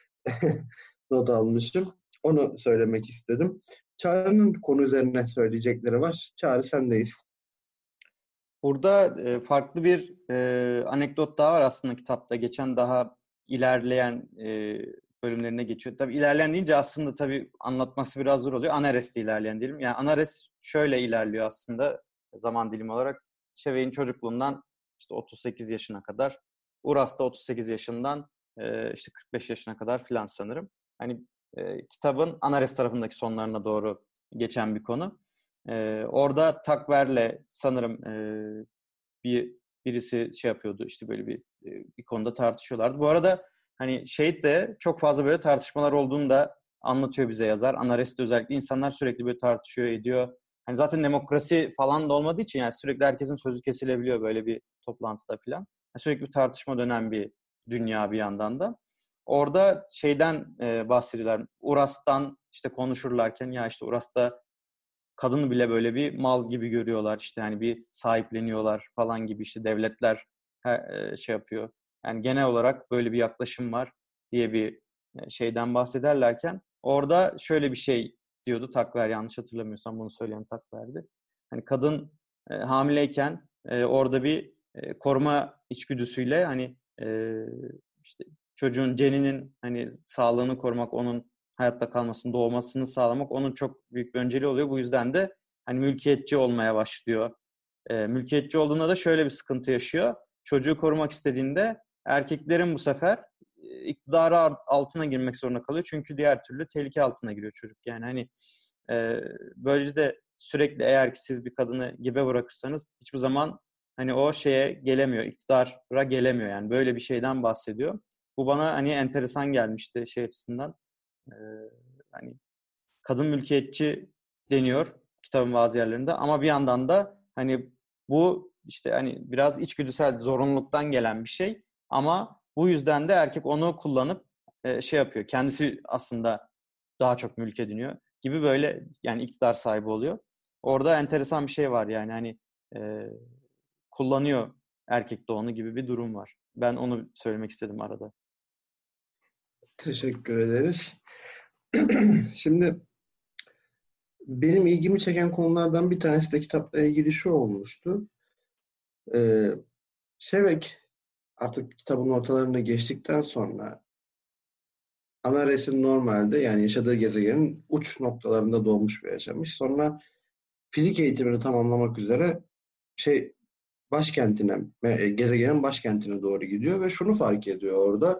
not almışım. Onu söylemek istedim. Çağrı'nın konu üzerine söyleyecekleri var. Çağrı sendeyiz.
Burada farklı bir anekdot daha var aslında kitapta. Geçen daha ilerleyen bölümlerine geçiyor. Tabii ilerleyen deyince aslında tabii anlatması biraz zor oluyor. Anares'te ilerleyen diyelim. Yani Anares şöyle ilerliyor aslında zaman dilimi olarak. Şevek'in çocukluğundan işte 38 yaşına kadar. Uras da 38 yaşından işte 45 yaşına kadar filan sanırım. Hani kitabın Anares tarafındaki sonlarına doğru geçen bir konu. Orada Takver'le sanırım birisi şey yapıyordu işte böyle bir konuda tartışıyorlardı. Bu arada hani Şehit de çok fazla böyle tartışmalar olduğunu da anlatıyor bize yazar. Anares'te özellikle insanlar sürekli böyle tartışıyor ediyor. Hani zaten demokrasi falan da olmadığı için yani sürekli herkesin sözü kesilebiliyor böyle bir toplantıda falan. Yani sürekli bir tartışma dönen bir dünya bir yandan da. Orada şeyden bahsediyorlar. Uras'tan işte konuşurlarken ya işte Uras'ta kadını bile böyle bir mal gibi görüyorlar işte yani bir sahipleniyorlar falan gibi işte devletler şey yapıyor. Yani genel olarak böyle bir yaklaşım var diye bir şeyden bahsederlerken orada şöyle bir şey diyordu Takver yanlış hatırlamıyorsam bunu söyleyen Takver'di. Hani kadın hamileyken orada bir koruma içgüdüsüyle hani işte çocuğun ceninin hani sağlığını korumak onun hayatta kalmasını, doğmasını sağlamak onun çok büyük bir önceliği oluyor. Bu yüzden de hani mülkiyetçi olmaya başlıyor. Mülkiyetçi olduğunda da şöyle bir sıkıntı yaşıyor. Çocuğu korumak istediğinde erkeklerin bu sefer iktidarı altına girmek zorunda kalıyor. Çünkü diğer türlü tehlike altına giriyor çocuk. Yani hani böylece de sürekli eğer ki siz bir kadını gebe bırakırsanız hiçbir zaman hani o şeye gelemiyor, iktidara gelemiyor. Yani böyle bir şeyden bahsediyor. Bu bana hani enteresan gelmişti şey açısından. Ee, hani kadın mülkiyetçi deniyor kitabın bazı yerlerinde ama bir yandan da hani bu işte hani biraz içgüdüsel zorunluluktan gelen bir şey ama bu yüzden de erkek onu kullanıp şey yapıyor. Kendisi aslında daha çok mülk ediniyor gibi böyle yani iktidar sahibi oluyor. Orada enteresan bir şey var yani hani e, kullanıyor erkek de onu gibi bir durum var. Ben onu söylemek istedim arada.
Teşekkür ederiz. Şimdi benim ilgimi çeken konulardan bir tanesi de kitapla ilgili şu olmuştu. Ee, Şevek artık kitabın ortalarına geçtikten sonra Anares'in normalde yani yaşadığı gezegenin uç noktalarında doğmuş ve yaşamış. Sonra fizik eğitimini tamamlamak üzere şey başkentine, gezegenin başkentine doğru gidiyor ve şunu fark ediyor orada.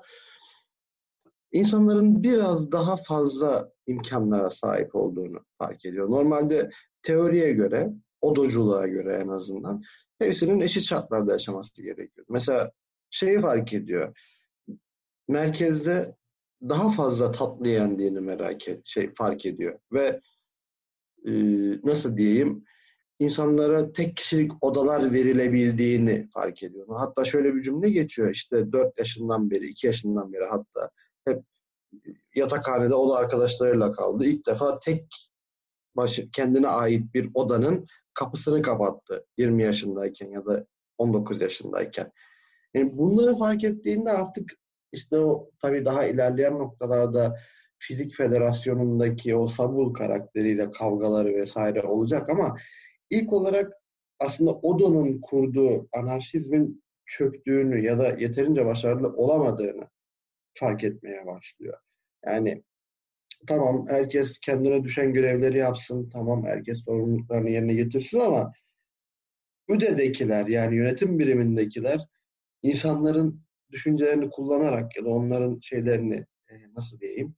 İnsanların biraz daha fazla imkanlara sahip olduğunu fark ediyor. Normalde teoriye göre, odoculuğa göre en azından hepsinin eşit şartlarda yaşaması gerekiyor. Mesela şeyi fark ediyor. Merkezde daha fazla tatlı yendiğini fark ediyor ve e, nasıl diyeyim insanlara tek kişilik odalar verilebildiğini fark ediyor. Hatta şöyle bir cümle geçiyor işte 4 yaşından beri, 2 yaşından beri hatta hep yatakhanede oda arkadaşlarıyla kaldı. İlk defa tek kendine ait bir odanın kapısını kapattı 20 yaşındayken ya da 19 yaşındayken. Yani bunları fark ettiğinde artık işte o tabii daha ilerleyen noktalarda Fizik Federasyonu'ndaki o Sabul karakteriyle kavgaları vesaire olacak ama ilk olarak aslında Odo'nun kurduğu anarşizmin çöktüğünü ya da yeterince başarılı olamadığını fark etmeye başlıyor. Yani tamam herkes kendine düşen görevleri yapsın, tamam herkes sorumluluklarını yerine getirsin ama ÜDE'dekiler yani yönetim birimindekiler insanların düşüncelerini kullanarak ya da onların şeylerini nasıl diyeyim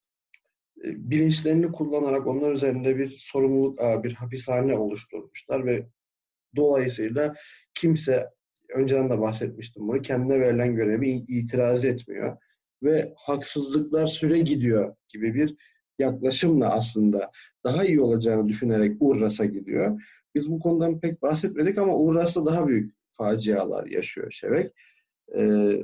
bilinçlerini kullanarak onlar üzerinde bir sorumluluk ağı, bir hapishane oluşturmuşlar ve dolayısıyla kimse önceden de bahsetmiştim bunu kendine verilen görevi itiraz etmiyor ve haksızlıklar süre gidiyor gibi bir yaklaşımla aslında daha iyi olacağını düşünerek Urras'a gidiyor. Biz bu konudan pek bahsetmedik ama Urras'ta daha büyük facialar yaşıyor Şevek. Ee,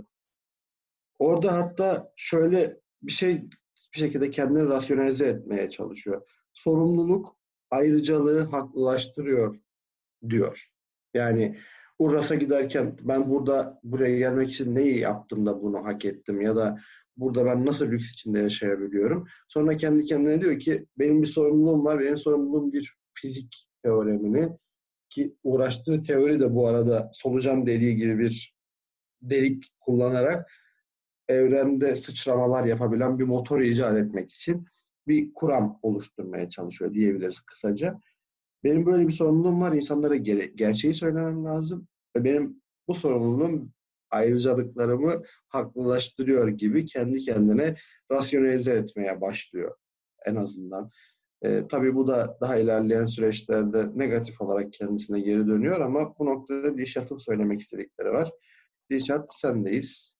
Orada hatta şöyle bir şekilde kendini rasyonelize etmeye çalışıyor. Sorumluluk ayrıcalığı haklılaştırıyor diyor. Yani Urras'a giderken ben buraya gelmek için neyi yaptım da bunu hak ettim ya da burada ben nasıl lüks içinde yaşayabiliyorum. Sonra kendi kendine diyor ki benim bir sorumluluğum var. Benim sorumluluğum bir fizik teoremini ki uğraştığı teori de bu arada solucan deliği gibi bir delik kullanarak evrende sıçramalar yapabilen bir motor icat etmek için bir kuram oluşturmaya çalışıyor diyebiliriz kısaca. Benim böyle bir sorumluluğum var. İnsanlara gerçeği söylemem lazım. Ve benim bu sorumluluğum ayrıcalıklarımı haklılaştırıyor gibi kendi kendine rasyonelize etmeye başlıyor en azından. Tabii bu da daha ilerleyen süreçlerde negatif olarak kendisine geri dönüyor ama bu noktada Dilşat'ın söylemek istedikleri var. Dilşat sendeyiz.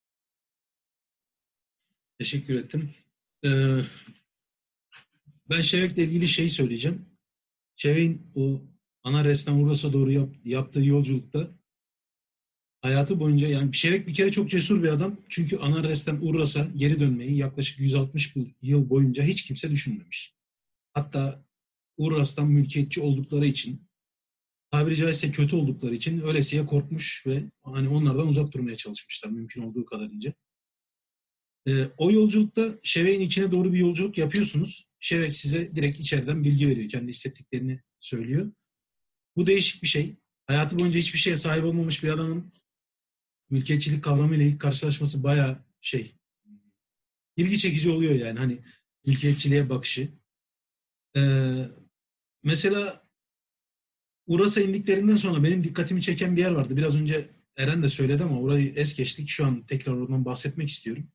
Teşekkür ettim. Ee, Ben Şevek'le ilgili şey söyleyeceğim. Şevek'in o Anares'ten Uros'a doğru yaptığı yolculukta hayatı boyunca yani Şevek bir kere çok cesur bir adam. Çünkü Anares'ten Uros'a geri dönmeyi yaklaşık 160 yıl boyunca hiç kimse düşünmemiş. Hatta Uros'tan mülkiyetçi oldukları için tabiri caizse kötü oldukları için öylesiye korkmuş ve hani onlardan uzak durmaya çalışmışlar mümkün olduğu kadarınca. O yolculukta Şevek'in içine doğru bir yolculuk yapıyorsunuz. Şevek size direkt içeriden bilgi veriyor. Kendi hissettiklerini söylüyor. Bu değişik bir şey. Hayatı boyunca hiçbir şeye sahip olmamış bir adamın mülkiyetçilik kavramıyla ilk karşılaşması bayağı ilgi çekici oluyor yani. Hani mülkiyetçiliğe bakışı. Ee, Mesela Uras'a indiklerinden sonra benim dikkatimi çeken bir yer vardı. Biraz önce Eren de söyledi ama orayı es geçtik. Şu an tekrar oradan bahsetmek istiyorum.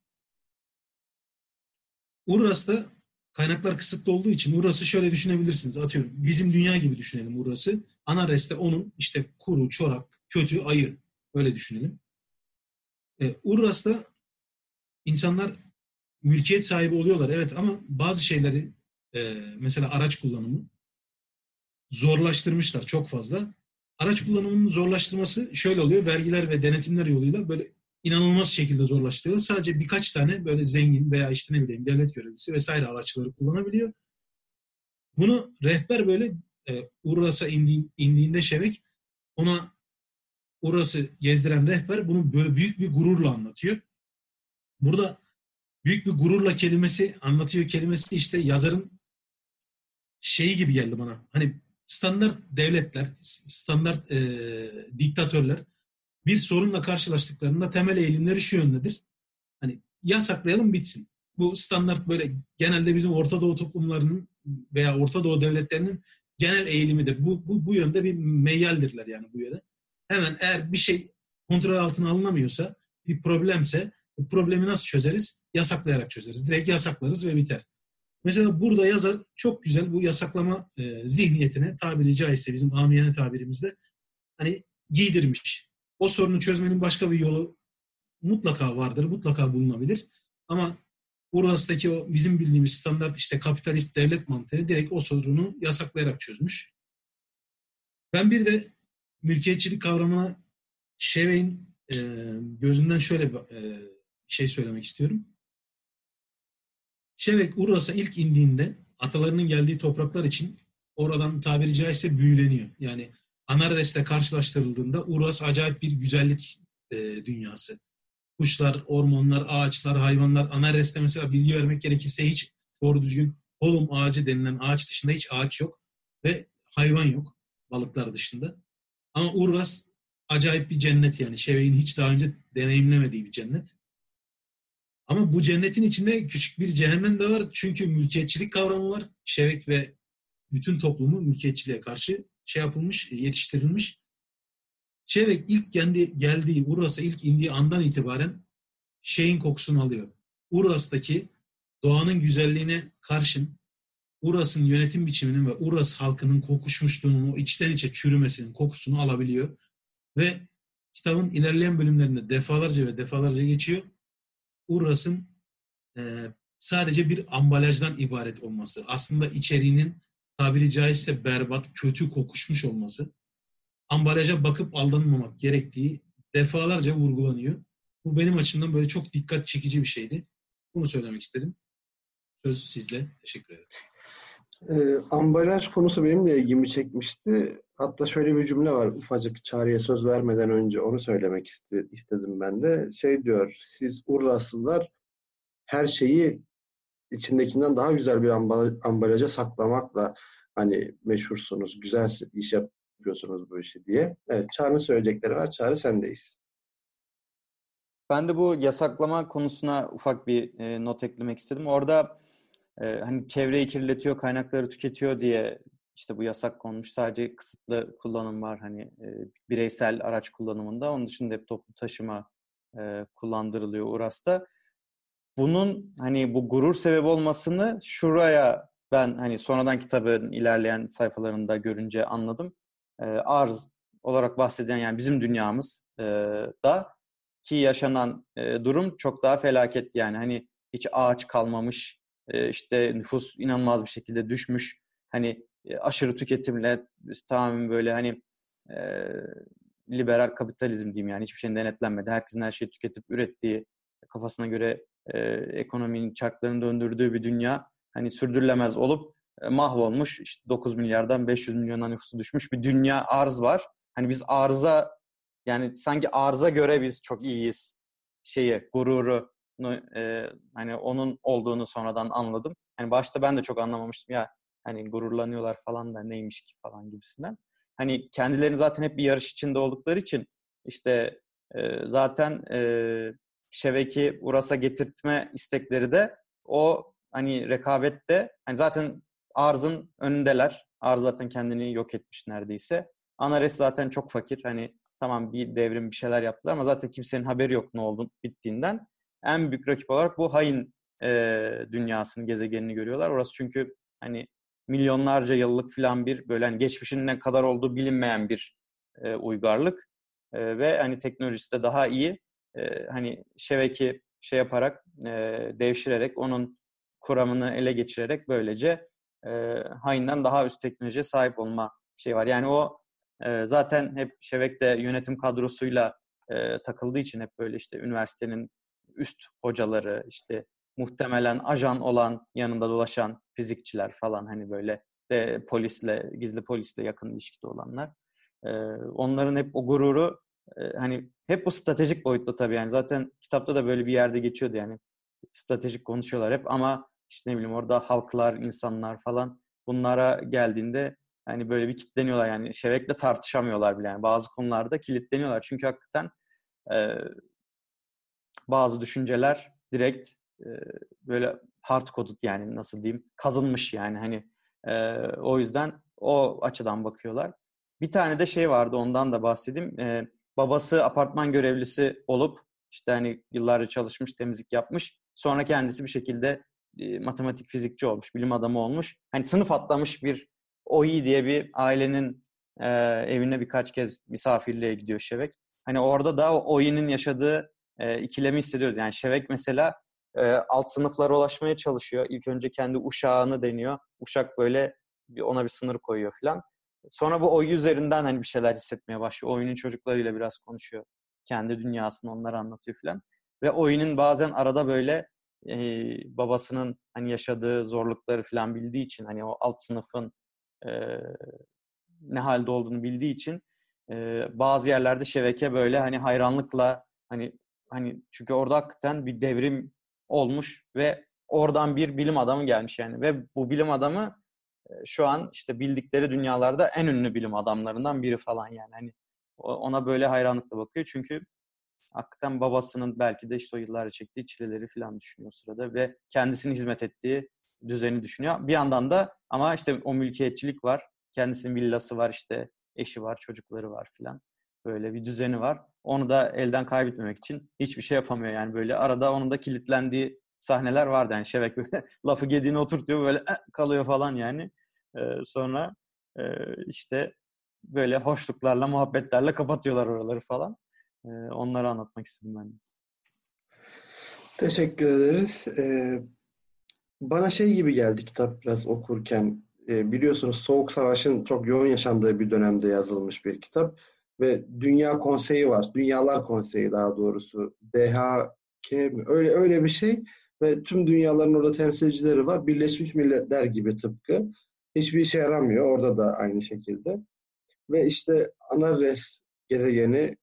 Uras'ta kaynaklar kısıtlı olduğu için Uras'ı şöyle düşünebilirsiniz. Atıyorum bizim dünya gibi düşünelim Uras'ı. Anares'te onun işte kuru, çorak, kötü, ayı. Öyle düşünelim. Uras'ta insanlar mülkiyet sahibi oluyorlar. Evet ama bazı şeyleri mesela araç kullanımı zorlaştırmışlar çok fazla. Araç kullanımının zorlaştırması şöyle oluyor. Vergiler ve denetimler yoluyla böyle inanılmaz şekilde zorlaştırıyor. Sadece birkaç tane böyle zengin veya işte ne bileyim devlet görevlisi vesaire araçları kullanabiliyor. Bunu rehber böyle Urras'a indiğinde Şevek ona Urras'ı gezdiren rehber bunu böyle büyük bir gururla anlatıyor. Burada büyük bir gururla kelimesi anlatıyor kelimesi işte yazarın şeyi gibi geldi bana. Hani standart devletler, standart diktatörler bir sorunla karşılaştıklarında temel eğilimleri şu yöndedir. Hani yasaklayalım bitsin. Bu standart böyle genelde bizim Orta Doğu toplumlarının veya Orta Doğu devletlerinin genel eğilimidir. Bu yönde bir meyyaldirler yani bu yöne. Hemen eğer bir şey kontrol altına alınamıyorsa, bir problemse bu problemi nasıl çözeriz? Yasaklayarak çözeriz. Direkt yasaklarız ve biter. Mesela burada yazar çok güzel bu yasaklama zihniyetine tabiri caizse bizim amiyane tabirimizde hani giydirmiş. O sorunu çözmenin başka bir yolu mutlaka vardır, mutlaka bulunabilir. Ama Uras'taki o bizim bildiğimiz standart işte kapitalist devlet mantığı direkt o sorunu yasaklayarak çözmüş. Ben bir de mülkiyetçilik kavramına Şevek'in gözünden şöyle bir şey söylemek istiyorum. Şevek Uras'a ilk indiğinde atalarının geldiği topraklar için oradan tabiri caizse büyüleniyor. Yani Anares'le karşılaştırıldığında Uras acayip bir güzellik dünyası. Kuşlar, ormanlar, ağaçlar, hayvanlar. Anares'te mesela bilgi vermek gerekirse hiç doğru düzgün holum ağacı denilen ağaç dışında hiç ağaç yok. Ve hayvan yok balıklar dışında. Ama Urras acayip bir cennet yani. Şevek'in hiç daha önce deneyimlemediği bir cennet. Ama bu cennetin içinde küçük bir cehennem de var. Çünkü mülkiyetçilik kavramı var. Şevek ve bütün toplumu mülkiyetçiliğe karşı şey yapılmış, yetiştirilmiş. Şevek ilk geldiği, Uras'a ilk indiği andan itibaren şeyin kokusunu alıyor. Uras'taki doğanın güzelliğine karşın Uras'ın yönetim biçiminin ve Uras halkının kokuşmuşluğunun o içten içe çürümesinin kokusunu alabiliyor. Ve kitabın ilerleyen bölümlerinde defalarca geçiyor. Uras'ın sadece bir ambalajdan ibaret olması, aslında içeriğinin tabiri caizse berbat, kötü kokuşmuş olması, ambalaja bakıp aldanmamak gerektiği defalarca vurgulanıyor. Bu benim açımdan böyle çok dikkat çekici bir şeydi. Bunu söylemek istedim. Söz sizle. Teşekkür ederim.
Ambalaj konusu benim de ilgimi çekmişti. Hatta şöyle bir cümle var. Ufacık Çağrı'ya söz vermeden önce onu söylemek istedim ben de. Şey diyor, siz Urlaslılar her şeyi içindekinden daha güzel bir ambalaja saklamakla hani meşhursunuz, güzel iş yapıyorsunuz bu işi diye. Evet, Çağrı'nın söyleyecekleri var. Çağrı sendeyiz.
Ben de bu yasaklama konusuna ufak bir not eklemek istedim. Orada hani çevreyi kirletiyor, kaynakları tüketiyor diye işte bu yasak konmuş. Sadece kısıtlı kullanım var hani bireysel araç kullanımında. Onun dışında hep toplu taşıma kullandırılıyor Uras'ta. Bunun hani bu gurur sebebi olmasını şuraya ben hani sonradan kitabın ilerleyen sayfalarında görünce anladım. Arz olarak bahseden yani bizim dünyamız da ki yaşanan durum çok daha felaket yani hani hiç ağaç kalmamış, işte nüfus inanılmaz bir şekilde düşmüş. Hani aşırı tüketimle tamamen böyle hani e, liberal kapitalizm diyeyim yani hiçbir şeyin denetlenmedi. Herkesin her şeyi tüketip ürettiği kafasına göre ekonominin çarklarını döndürdüğü bir dünya hani sürdürülemez olup mahvolmuş. İşte 9 milyardan 500 milyona nüfusu düşmüş bir dünya arz var. Hani biz arza yani sanki arza göre biz çok iyiyiz gururu hani onun olduğunu sonradan anladım. Hani başta ben de çok anlamamıştım ya hani gururlanıyorlar falan da neymiş ki falan gibisinden. Hani kendilerini zaten hep bir yarış içinde oldukları için işte zaten Şevek'i Uras'a getirtme istekleri de o hani rekabette hani zaten arzın önündeler. Arz zaten kendini yok etmiş neredeyse. Anares zaten çok fakir. Hani tamam bir devrim bir şeyler yaptılar ama zaten kimsenin haberi yok ne oldu bittiğinden. En büyük rakip olarak bu hain dünyasını, gezegenini görüyorlar. Orası çünkü hani milyonlarca yıllık falan bir böyle hani geçmişinin ne kadar olduğu bilinmeyen bir uygarlık. Ve hani teknolojisi de daha iyi. Hani Şevek'i yaparak, devşirerek, onun kuramını ele geçirerek böylece hainden daha üst teknolojiye sahip olma şey var. Yani o zaten hep Şevek'te yönetim kadrosuyla takıldığı için hep böyle işte üniversitenin üst hocaları, işte muhtemelen ajan olan yanında dolaşan fizikçiler falan hani böyle de gizli polisle yakın ilişkide olanlar. Onların hep o gururu hani hep bu stratejik boyutta tabii yani zaten kitapta da böyle bir yerde geçiyordu yani stratejik konuşuyorlar hep ama işte ne bileyim orada halklar, insanlar falan bunlara geldiğinde hani böyle bir kilitleniyorlar yani Şevek'le tartışamıyorlar bile yani bazı konularda kilitleniyorlar çünkü hakikaten bazı düşünceler direkt böyle hard coded yani nasıl diyeyim kazınmış yani hani o yüzden o açıdan bakıyorlar. Bir tane de şey vardı ondan da bahsedeyim. Babası apartman görevlisi olup işte hani yıllarca çalışmış temizlik yapmış. Sonra kendisi bir şekilde matematik fizikçi olmuş, bilim adamı olmuş. Hani sınıf atlamış bir Oİ diye bir ailenin evine birkaç kez misafirliğe gidiyor Şevek. Hani orada da o Oİ'nin yaşadığı ikilemi hissediyoruz. Yani Şevek mesela alt sınıflara ulaşmaya çalışıyor. İlk önce kendi uşağını deniyor. Uşak böyle ona bir sınır koyuyor falan. Sonra bu oyun üzerinden hani bir şeyler hissetmeye başlıyor. Oyunun çocuklarıyla biraz konuşuyor. Kendi dünyasını onlara anlatıyor falan. Ve oyunun bazen arada böyle babasının hani yaşadığı zorlukları falan bildiği için hani o alt sınıfın e, ne halde olduğunu bildiği için bazı yerlerde Şevek'e böyle hani hayranlıkla hani çünkü orada hakikaten bir devrim olmuş ve oradan bir bilim adamı gelmiş yani ve bu bilim adamı şu an işte bildikleri dünyalarda en ünlü bilim adamlarından biri falan yani hani ona böyle hayranlıkla bakıyor çünkü hakikaten babasının belki de işte o yıllarca çektiği çileleri falan düşünüyor o sırada ve kendisinin hizmet ettiği düzeni düşünüyor. Bir yandan da ama işte o mülkiyetçilik var. Kendisinin villası var işte eşi var, çocukları var falan. Böyle bir düzeni var. Onu da elden kaybetmemek için hiçbir şey yapamıyor yani böyle arada onun da kilitlendiği sahneler vardı. Yani Şevek böyle lafı gediğini oturtuyor böyle kalıyor falan yani. Sonra işte böyle hoşluklarla, muhabbetlerle kapatıyorlar oraları falan. Onları anlatmak istedim ben de.
Teşekkür ederiz. Bana şey gibi geldi kitap biraz okurken. Biliyorsunuz Soğuk Savaş'ın çok yoğun yaşandığı bir dönemde yazılmış bir kitap. Ve Dünya Konseyi var. Dünyalar Konseyi daha doğrusu. DHK mi? Öyle bir şey. Ve tüm dünyaların orada temsilcileri var. Birleşmiş Milletler gibi tıpkı. Hiçbir işe yaramıyor. Orada da aynı şekilde. Ve işte Antares gezegeni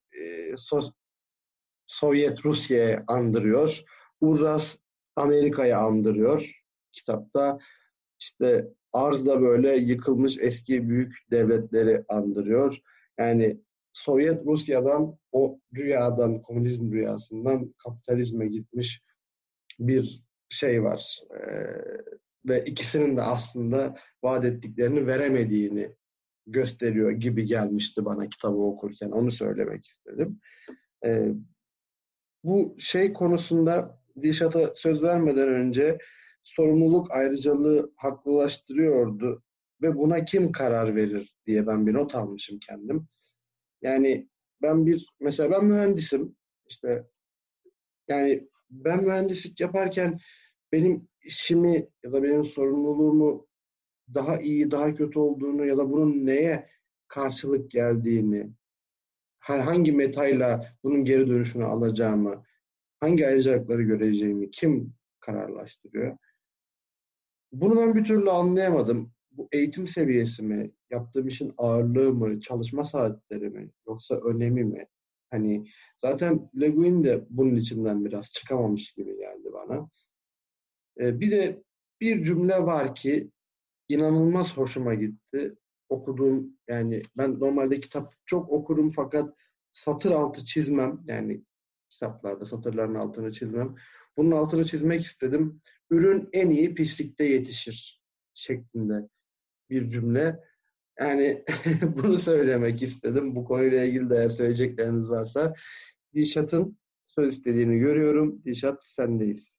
Sovyet Rusya'yı andırıyor. Uras Amerika'yı andırıyor kitapta. İşte Arz'da böyle yıkılmış eski büyük devletleri andırıyor. Yani Sovyet Rusya'dan o rüyadan, komünizm rüyasından kapitalizme gitmiş bir şey var. Ve ikisinin de aslında vaat ettiklerini veremediğini gösteriyor gibi gelmişti bana kitabı okurken. Onu söylemek istedim. Ee, Bu şey konusunda Dilşat'a söz vermeden önce sorumluluk ayrıcalığı haklılaştırıyordu ve buna kim karar verir diye ben bir not almışım kendim. Yani mesela ben mühendisim. İşte yani ben mühendislik yaparken benim işimi ya da benim sorumluluğumu daha iyi, daha kötü olduğunu ya da bunun neye karşılık geldiğini, herhangi metayla bunun geri dönüşünü alacağımı, hangi ayrıcalıkları göreceğimi kim kararlaştırıyor? Bunu ben bir türlü anlayamadım. Bu eğitim seviyesi mi, yaptığım işin ağırlığı mı, çalışma saatleri mi, yoksa önemi mi? Hani zaten Le Guin de bunun içinden biraz çıkamamış gibi geldi bana. Bir de bir cümle var ki inanılmaz hoşuma gitti. Okuduğum yani ben normalde kitap çok okurum fakat satır altı çizmem. Yani kitaplarda satırların altını çizmem. Bunun altını çizmek istedim. Ürün en iyi pislikte yetişir şeklinde bir cümle. Yani bunu söylemek istedim. Bu konuyla ilgili de eğer söyleyecekleriniz varsa Dilşat'ın söz istediğini görüyorum. Dilşat sendeyiz.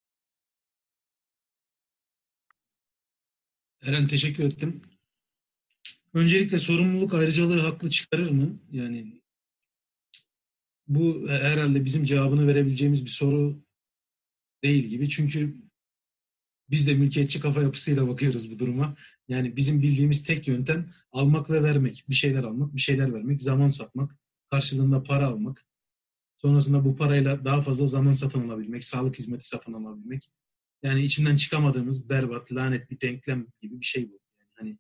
Eren teşekkür ettim. Öncelikle sorumluluk ayrıcalığı haklı çıkarır mı? Yani bu herhalde bizim cevabını verebileceğimiz bir soru değil gibi. Çünkü biz de mülkiyetçi kafa yapısıyla bakıyoruz bu duruma. Yani bizim bildiğimiz tek yöntem almak ve vermek. Bir şeyler almak, bir şeyler vermek, zaman satmak, karşılığında para almak. Sonrasında bu parayla daha fazla zaman satın alabilmek, sağlık hizmeti satın alabilmek. Yani içinden çıkamadığımız berbat, lanet bir denklem gibi bir şey bu. Yani hani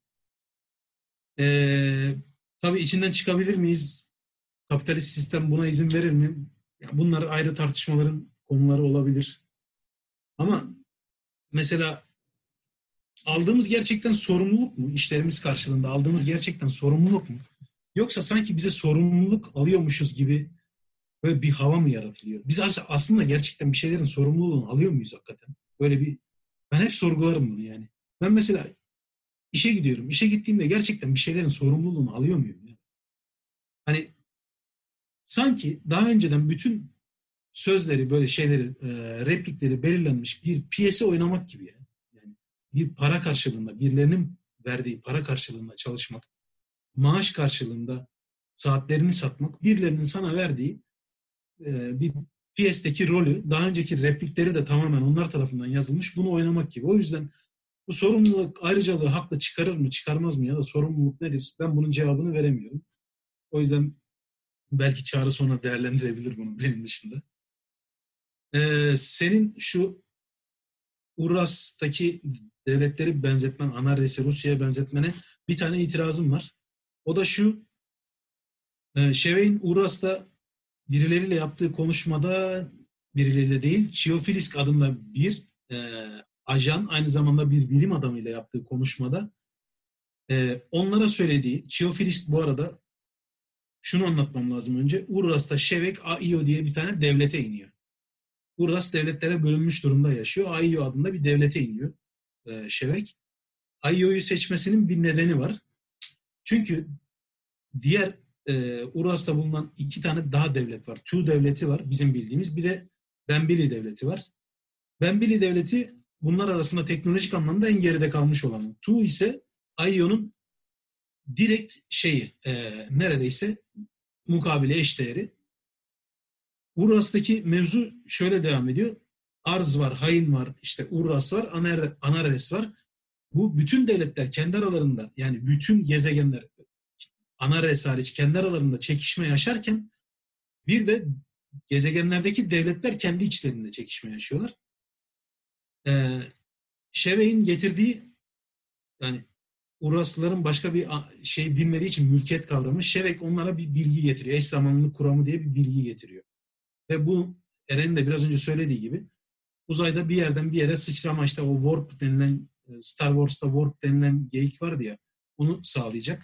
ee, tabii içinden çıkabilir miyiz? Kapitalist sistem buna izin verir mi? Ya bunlar ayrı tartışmaların konuları olabilir. Ama mesela aldığımız gerçekten sorumluluk mu? İşlerimiz karşılığında aldığımız gerçekten sorumluluk mu? Yoksa sanki bize sorumluluk alıyormuşuz gibi böyle bir hava mı yaratılıyor? Biz aslında gerçekten bir şeylerin sorumluluğunu alıyor muyuz hakikaten? Böyle bir ben hep sorgularım bunu yani. Ben mesela işe gidiyorum. İşe gittiğimde gerçekten bir şeylerin sorumluluğunu alıyor muyum? Yani? Hani sanki daha önceden bütün sözleri böyle şeyleri, replikleri belirlenmiş bir piyese oynamak gibi yani. Yani bir para karşılığında, birilerinin verdiği para karşılığında çalışmak, maaş karşılığında saatlerini satmak, birilerinin sana verdiği bir piyesteki rolü, daha önceki replikleri de tamamen onlar tarafından yazılmış, bunu oynamak gibi. O yüzden bu sorumluluk ayrıcalığı haklı çıkarır mı, çıkarmaz mı ya da sorumluluk nedir? Ben bunun cevabını veremiyorum. O yüzden belki Çağrı sonra değerlendirebilir bunu benim dışında. Senin şu Uras'taki devletleri benzetmen, Anarres'i Rusya'ya benzetmene bir tane itirazım var. O da şu, Şevek'in Uras'ta birileriyle yaptığı konuşmada, birileriyle değil, Çiofilisk adında bir ajan, aynı zamanda bir bilim adamıyla yaptığı konuşmada onlara söylediği, Çiofilisk bu arada şunu anlatmam lazım önce, Uras'ta Şevek Aio diye bir tane devlete iniyor. Uras devletlere bölünmüş durumda yaşıyor. Aio adında bir devlete iniyor Şevek. Aio'yu seçmesinin bir nedeni var. Çünkü diğer Uras'ta bulunan iki tane daha devlet var. Tu devleti var bizim bildiğimiz. Bir de Benbili devleti var. Benbili devleti bunlar arasında teknolojik anlamda en geride kalmış olan. Tu ise Aio'nun direkt neredeyse mukabele eşdeğeri. Uras'taki mevzu şöyle devam ediyor. Arz var, Hain var, işte Urras var, Anares var. Bu bütün devletler kendi aralarında, yani bütün gezegenler Anares hariç kendi aralarında çekişme yaşarken bir de gezegenlerdeki devletler kendi içlerinde çekişme yaşıyorlar. Şevek'in getirdiği, yani Uraslıların başka bir şey bilmediği için mülkiyet kavramı, Şevek onlara bir bilgi getiriyor. Eş zamanlılık kuramı diye bir bilgi getiriyor. Ve bu Eren'in de biraz önce söylediği gibi uzayda bir yerden bir yere sıçrama, işte o warp denilen, Star Wars'ta warp denilen geyik vardı ya, onu sağlayacak.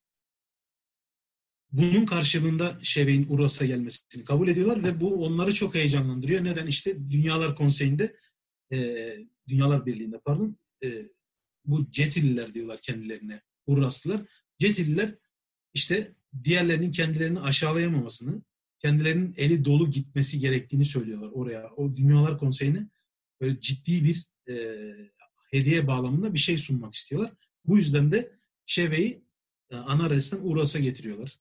Bunun karşılığında Şevek'in Uras'a gelmesini kabul ediyorlar ve bu onları çok heyecanlandırıyor. Neden? İşte Dünyalar Konseyi'nde, Dünyalar Birliği'nde pardon, bu Cetililer diyorlar kendilerine, Uraslılar. Cetililer işte diğerlerinin kendilerini aşağılayamamasını, kendilerinin eli dolu gitmesi gerektiğini söylüyorlar oraya. O Dünyalar Konseyi'ne böyle ciddi bir hediye bağlamında bir şey sunmak istiyorlar. Bu yüzden de Şevek'i Anares'ten Uras'a getiriyorlar.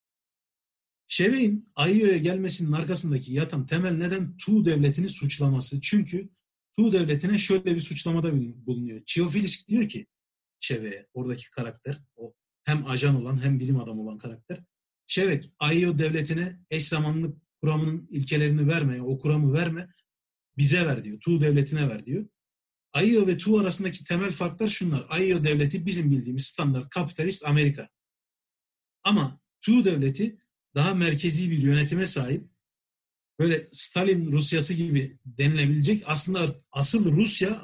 Şevek'in Aio'ya gelmesinin arkasındaki yatan temel neden Tu devletini suçlaması. Çünkü Tu devletine şöyle bir suçlamada bulunuyor. Çiofilisk diyor ki Şevek'e, oradaki karakter, o hem ajan olan hem bilim adamı olan karakter. Şevek, Aio devletine eş zamanlılık kuramının ilkelerini verme, o kuramı verme, bize ver diyor. Tu devletine ver diyor. Aio ve Tu arasındaki temel farklar şunlar. Aio devleti bizim bildiğimiz standart kapitalist Amerika. Ama Tu devleti daha merkezi bir yönetime sahip, böyle Stalin Rusyası gibi denilebilecek, aslında asıl Rusya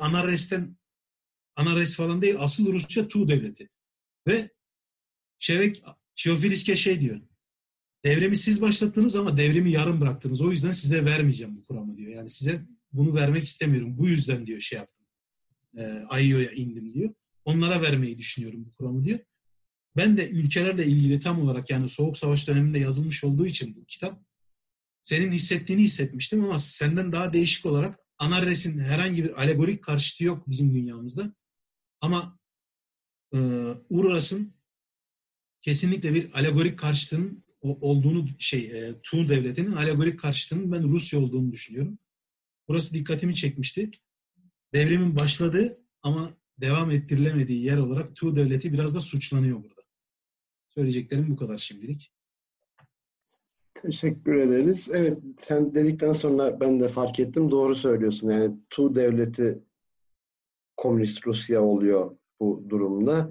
Anares falan değil, asıl Rusya Tu devleti. Ve Şevek Çiofilisk'e şey diyor, devrimi siz başlattınız ama devrimi yarım bıraktınız, o yüzden size vermeyeceğim bu kuramı diyor. Yani size bunu vermek istemiyorum, bu yüzden diyor şey yaptım, Aio'ya indim diyor. Onlara vermeyi düşünüyorum bu kuramı diyor. Ben de ülkelerle ilgili tam olarak, yani Soğuk Savaş döneminde yazılmış olduğu için bu kitap, senin hissettiğini hissetmiştim ama senden daha değişik olarak Anares'in herhangi bir alegorik karşıtı yok bizim dünyamızda. Ama Uras'ın kesinlikle bir alegorik karşıtının olduğunu, Tu devletinin alegorik karşıtının ben Rusya olduğunu düşünüyorum. Burası dikkatimi çekmişti. Devrimin başladığı ama devam ettirilemediği yer olarak Tu devleti biraz da suçlanıyor burada. Söyleyeceklerim bu kadar şimdilik.
Teşekkür ederiz. Evet, sen dedikten sonra ben de fark ettim. Doğru söylüyorsun. Yani Tu devleti komünist Rusya oluyor bu durumda.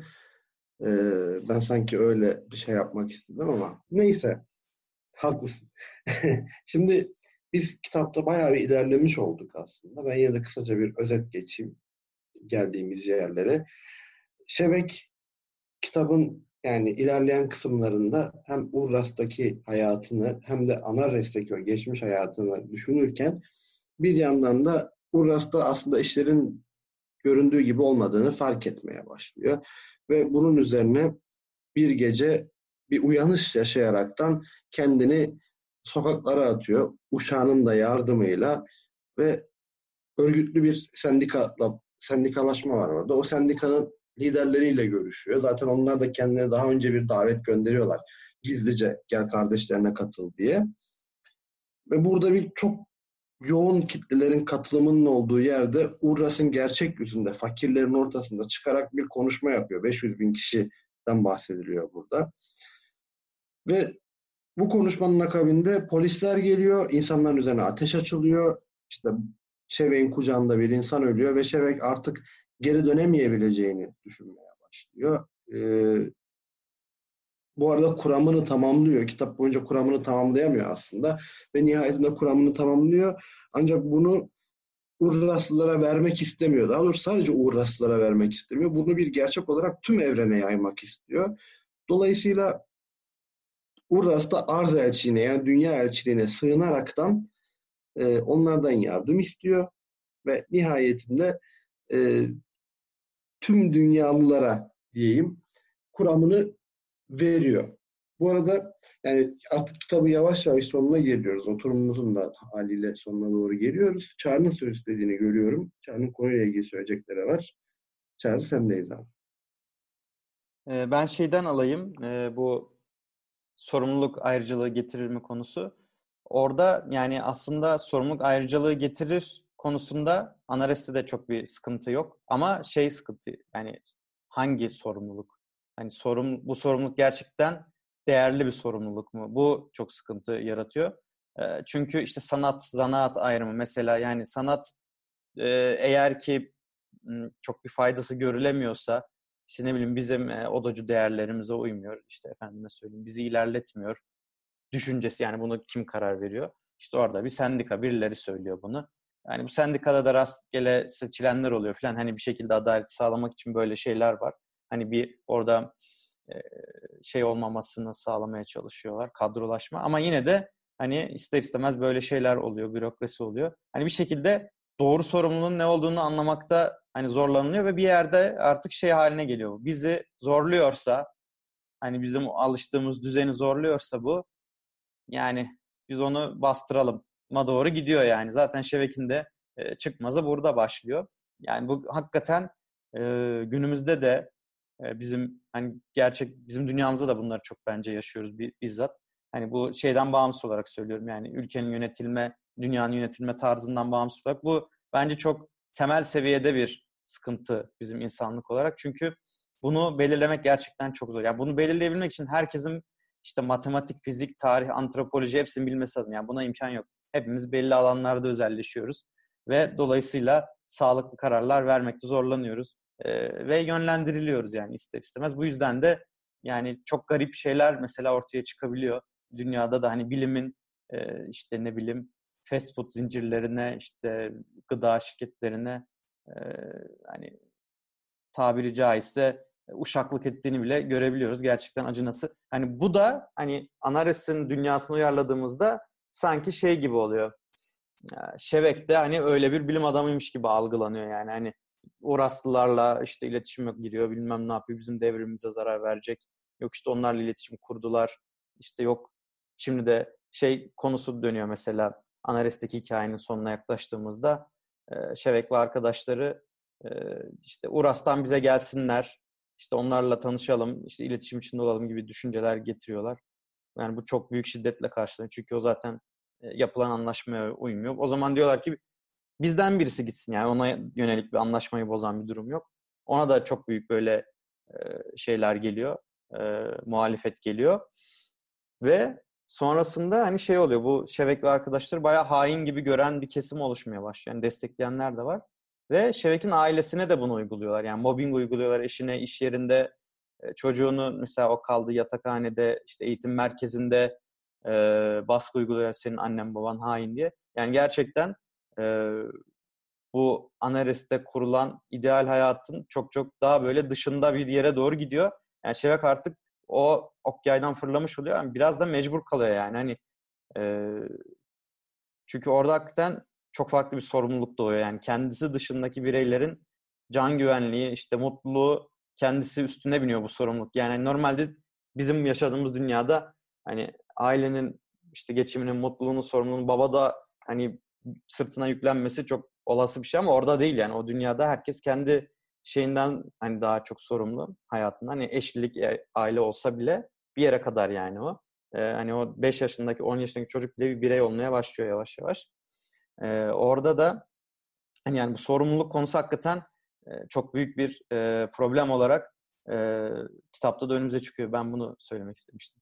Ben sanki öyle bir şey yapmak istedim ama neyse. Haklısın. Şimdi biz kitapta bayağı bir ilerlemiş olduk aslında. Ben yine de kısaca bir özet geçeyim geldiğimiz yerlere. Şebek kitabın yani ilerleyen kısımlarında hem Urras'taki hayatını hem de Anarres'teki o geçmiş hayatını düşünürken bir yandan da Urras'ta aslında işlerin göründüğü gibi olmadığını fark etmeye başlıyor. Ve bunun üzerine bir gece bir uyanış yaşayaraktan kendini sokaklara atıyor. Uşağının da yardımıyla ve örgütlü bir sendikalaşma var orada. O sendikanın liderleriyle görüşüyor. Zaten onlar da kendine daha önce bir davet gönderiyorlar. Gizlice gel kardeşlerine katıl diye. Ve burada bir çok yoğun kitlelerin katılımının olduğu yerde Urras'ın gerçek yüzünde, fakirlerin ortasında çıkarak bir konuşma yapıyor. 500 bin kişiden bahsediliyor burada. Ve bu konuşmanın akabinde polisler geliyor, insanların üzerine ateş açılıyor. İşte Şevek'in kucağında bir insan ölüyor ve Şevek artık geri dönemeyebileceğini düşünmeye başlıyor. Bu arada kuramını tamamlıyor. Kitap boyunca kuramını tamamlayamıyor aslında. Ve nihayetinde kuramını tamamlıyor. Ancak bunu Urraslılara vermek istemiyor. Daha doğrusu sadece Urraslılara vermek istemiyor. Bunu bir gerçek olarak tüm evrene yaymak istiyor. Dolayısıyla Urras da arz elçiliğine yani dünya elçiliğine sığınaraktan onlardan yardım istiyor. Ve nihayetinde tüm dünyalılara diyeyim kuramını veriyor. Bu arada yani artık kitabı yavaş yavaş sonuna geliyoruz. Oturumumuzun da haliyle sonuna doğru geliyoruz. Çağrı'nın söz istediğini görüyorum. Çağrı'nın konuyla ilgili söyleyecekleri var. Çağrı sendeyiz abi.
Ben şeyden alayım. Bu sorumluluk ayrıcalığı getirir mi konusu. Orada yani aslında sorumluluk ayrıcalığı getirir konusunda Anares'te de çok bir sıkıntı yok. Ama şey sıkıntı yani hangi sorumluluk? Hani bu sorumluluk gerçekten değerli bir sorumluluk mu? Bu çok sıkıntı yaratıyor. Çünkü işte sanat, zanaat ayrımı mesela yani sanat eğer ki çok bir faydası görülemiyorsa işte ne bileyim bizim odacı değerlerimize uymuyor. İşte efendime söyleyeyim bizi ilerletmiyor. Düşüncesi yani bunu kim karar veriyor? İşte orada bir sendika birileri söylüyor bunu. Yani bu sendikada da rastgele seçilenler oluyor falan. Hani bir şekilde adaleti sağlamak için böyle şeyler var. Hani bir orada şey olmamasını sağlamaya çalışıyorlar. Kadrolaşma. Ama yine de hani ister istemez böyle şeyler oluyor. Bürokrasi oluyor. Hani bir şekilde doğru sorumluluğun ne olduğunu anlamakta hani zorlanılıyor ve bir yerde artık şey haline geliyor. Bizi zorluyorsa hani bizim alıştığımız düzeni zorluyorsa bu yani biz onu bastıralım'a doğru gidiyor yani. Zaten Şevek'in de çıkmazı burada başlıyor. Yani bu hakikaten günümüzde de bizim hani gerçek bizim dünyamızda da bunları çok bence yaşıyoruz bizzat. Hani bu şeyden bağımsız olarak söylüyorum yani ülkenin yönetilme, dünyanın yönetilme tarzından bağımsız olarak bu bence çok temel seviyede bir sıkıntı bizim insanlık olarak. Çünkü bunu belirlemek gerçekten çok zor. Yani bunu belirleyebilmek için herkesin işte matematik, fizik, tarih, antropoloji hepsini bilmesi lazım. Yani buna imkan yok. Hepimiz belli alanlarda özelleşiyoruz ve dolayısıyla sağlıklı kararlar vermekte zorlanıyoruz ve yönlendiriliyoruz yani ister istemez. Bu yüzden de yani çok garip şeyler mesela ortaya çıkabiliyor. Dünyada da hani bilimin işte ne bileyim fast food zincirlerine işte gıda şirketlerine hani tabiri caizse uşaklık ettiğini bile görebiliyoruz. Gerçekten acınası. Hani bu da hani Anares'in dünyasına uyarladığımızda sanki şey gibi oluyor. Şevek de hani öyle bir bilim adamıymış gibi algılanıyor yani. Hani Uraslılarla işte iletişime giriyor, bilmem ne yapıyor, bizim devrimize zarar verecek. Yok işte onlarla iletişim kurdular. İşte yok şimdi de şey konusu dönüyor mesela Anares'teki hikayenin sonuna yaklaştığımızda Şevek ve arkadaşları işte Uras'tan bize gelsinler, işte onlarla tanışalım, işte iletişim içinde olalım gibi düşünceler getiriyorlar. Yani bu çok büyük şiddetle karşılanıyor. Çünkü o zaten yapılan anlaşmaya uymuyor. O zaman diyorlar ki bizden birisi gitsin. Yani ona yönelik bir anlaşmayı bozan bir durum yok. Ona da çok büyük böyle şeyler geliyor. Muhalefet geliyor. Ve sonrasında hani şey oluyor. Bu Şevek ve arkadaşları bayağı hain gibi gören bir kesim oluşmaya başlıyor. Yani destekleyenler de var. Ve Şevek'in ailesine de bunu uyguluyorlar. Yani mobbing uyguluyorlar eşine, iş yerinde çocuğunu mesela o kaldığı yatakhanede, işte eğitim merkezinde baskı uyguluyor, senin annen baban hain diye. Yani gerçekten bu Anares'te kurulan ideal hayatın çok çok daha böyle dışında bir yere doğru gidiyor. Yani Şevek artık o ok yaydan fırlamış oluyor. Yani biraz da mecbur kalıyor yani. Hani çünkü orada hakikaten çok farklı bir sorumluluk doğuyor. Yani kendisi dışındaki bireylerin can güvenliği, işte mutluluğu kendisi üstüne biniyor bu sorumluluk. Yani normalde bizim yaşadığımız dünyada hani ailenin işte geçiminin, mutluluğunun, sorumluluğunu baba da hani sırtına yüklenmesi çok olası bir şey ama orada değil yani. O dünyada herkes kendi şeyinden hani daha çok sorumlu hayatında. Hani eşlilik, aile olsa bile bir yere kadar yani o. Hani o 5 yaşındaki, 10 yaşındaki çocuk bile bir birey olmaya başlıyor yavaş yavaş. Orada da hani yani bu sorumluluk konusu hakikaten çok büyük bir problem olarak kitapta da önümüze çıkıyor. Ben bunu söylemek istemiştim.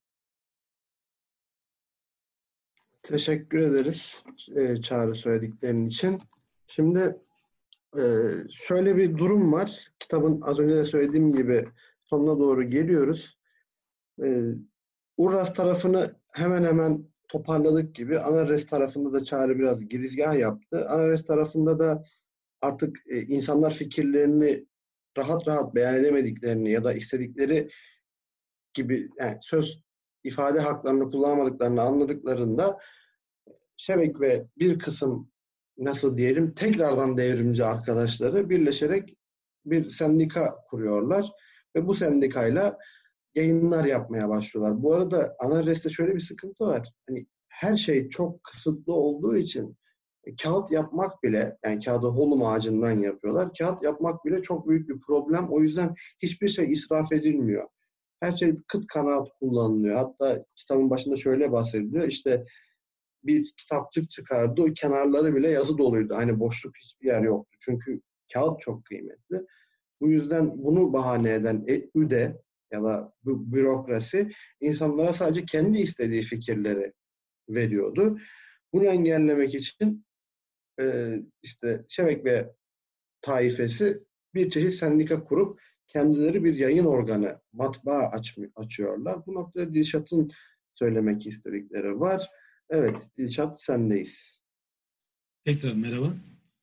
Teşekkür ederiz Çağrı söylediklerin için. Şimdi şöyle bir durum var. Kitabın az önce de söylediğim gibi sonuna doğru geliyoruz. Urras tarafını hemen hemen toparladık gibi. Anares tarafında da Çağrı biraz girizgah yaptı. Anares tarafında da artık insanlar fikirlerini rahat rahat beyan edemediklerini ya da istedikleri gibi yani söz ifade haklarını kullanamadıklarını anladıklarında Şevek ve bir kısım nasıl diyelim tekrardan devrimci arkadaşları birleşerek bir sendika kuruyorlar ve bu sendikayla yayınlar yapmaya başlıyorlar. Bu arada Anares'te şöyle bir sıkıntı var. Hani her şey çok kısıtlı olduğu için kağıt yapmak bile, yani kağıdı holum ağacından yapıyorlar. Kağıt yapmak bile çok büyük bir problem. O yüzden hiçbir şey israf edilmiyor. Her şey kıt kanaat kullanılıyor. Hatta kitabın başında şöyle bahsediliyor. İşte bir kitapçık çıkardı. O kenarları bile yazı doluydu. Hani boşluk hiçbir yer yoktu. Çünkü kağıt çok kıymetli. Bu yüzden bunu bahane eden üde ya da bürokrasi insanlara sadece kendi istediği fikirleri veriyordu. Bunu engellemek için işte Şevek ve taifesi bir çeşit sendika kurup kendileri bir yayın organı, matbaa açıyorlar. Bu noktada Dilşat'ın söylemek istedikleri var. Evet, Dilşat sendeyiz.
Tekrar merhaba.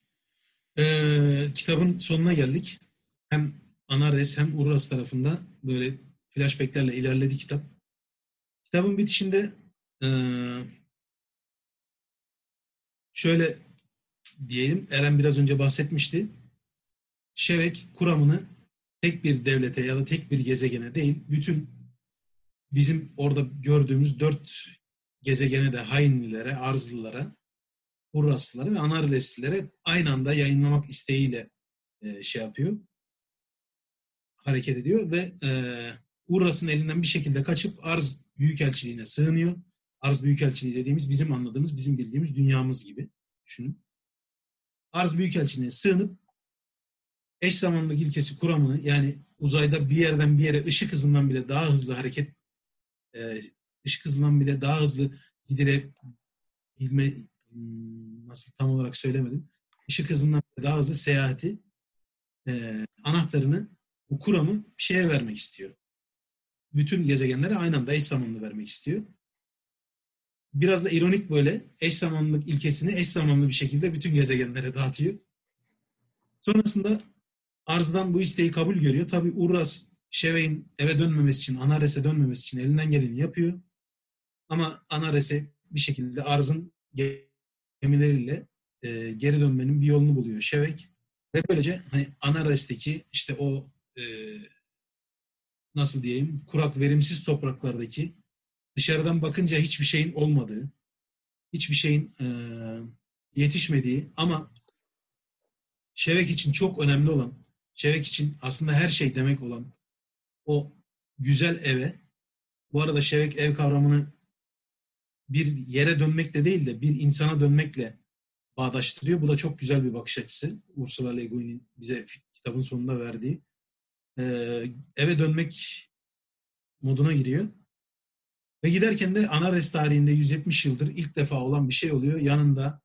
Kitabın sonuna geldik. Hem Anares hem Urras tarafında böyle flashbacklerle ilerledi kitap. Kitabın bitişinde şöyle diyelim, Eren biraz önce bahsetmişti. Şevek kuramını tek bir devlete ya da tek bir gezegene değil, bütün bizim orada gördüğümüz 4 gezegene de hainlilere, arzlılara, Urraslılara ve Anareslilere aynı anda yayınlamak isteğiyle şey yapıyor, hareket ediyor ve Urras'ın elinden bir şekilde kaçıp Arz Büyükelçiliğine sığınıyor. Arz Büyükelçiliği dediğimiz bizim anladığımız, bizim bildiğimiz dünyamız gibi düşünün. Arz Büyükelçiliğine sığınıp eş zamanlılık ilkesi kuramını, yani uzayda bir yerden bir yere ışık hızından bile daha hızlı hareket, ışık hızından bile daha hızlı gidilebilme, nasıl tam olarak söylemedim. Işık hızından bile daha hızlı seyahati anahtarını, bu kuramı bir şeye vermek istiyor. Bütün gezegenlere aynı anda eş zamanlı vermek istiyor. Biraz da ironik, böyle eş zamanlılık ilkesini eş zamanlı bir şekilde bütün gezegenlere dağıtıyor. Sonrasında Arz'dan bu isteği kabul görüyor. Tabii Urras, Şevek'in eve dönmemesi için, Anares'e dönmemesi için elinden geleni yapıyor. Ama Anares'e bir şekilde Arz'ın gemileriyle geri dönmenin bir yolunu buluyor Şevek. Ve böylece hani Anares'teki işte o nasıl diyeyim, kurak, verimsiz topraklardaki dışarıdan bakınca hiçbir şeyin olmadığı, hiçbir şeyin yetişmediği ama Şevek için çok önemli olan, Şevek için aslında her şey demek olan o güzel eve, bu arada Şevek ev kavramını bir yere dönmekle değil de bir insana dönmekle bağdaştırıyor. Bu da çok güzel bir bakış açısı. Ursula Le Guin'in bize kitabın sonunda verdiği. Eve dönmek moduna giriyor. Ve giderken de Anares tarihinde 170 yıldır ilk defa olan bir şey oluyor. Yanında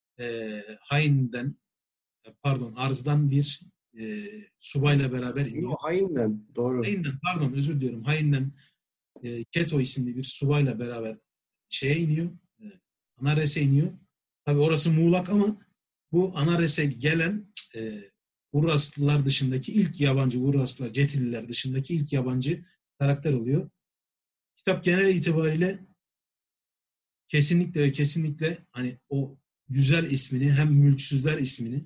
Arz'dan bir subayla beraber iniyor.
Hain'den, doğru.
Hain'den, pardon, özür diliyorum. Hain'den Keto isimli bir subayla beraber şeye iniyor. Anares'e iniyor. Tabii orası muğlak ama bu Anares'e gelen Uraslılar dışındaki ilk yabancı, Uraslılar, Cetililer dışındaki ilk yabancı karakter oluyor. Kitap genel itibariyle kesinlikle ve kesinlikle hani o güzel ismini, hem mülksüzler ismini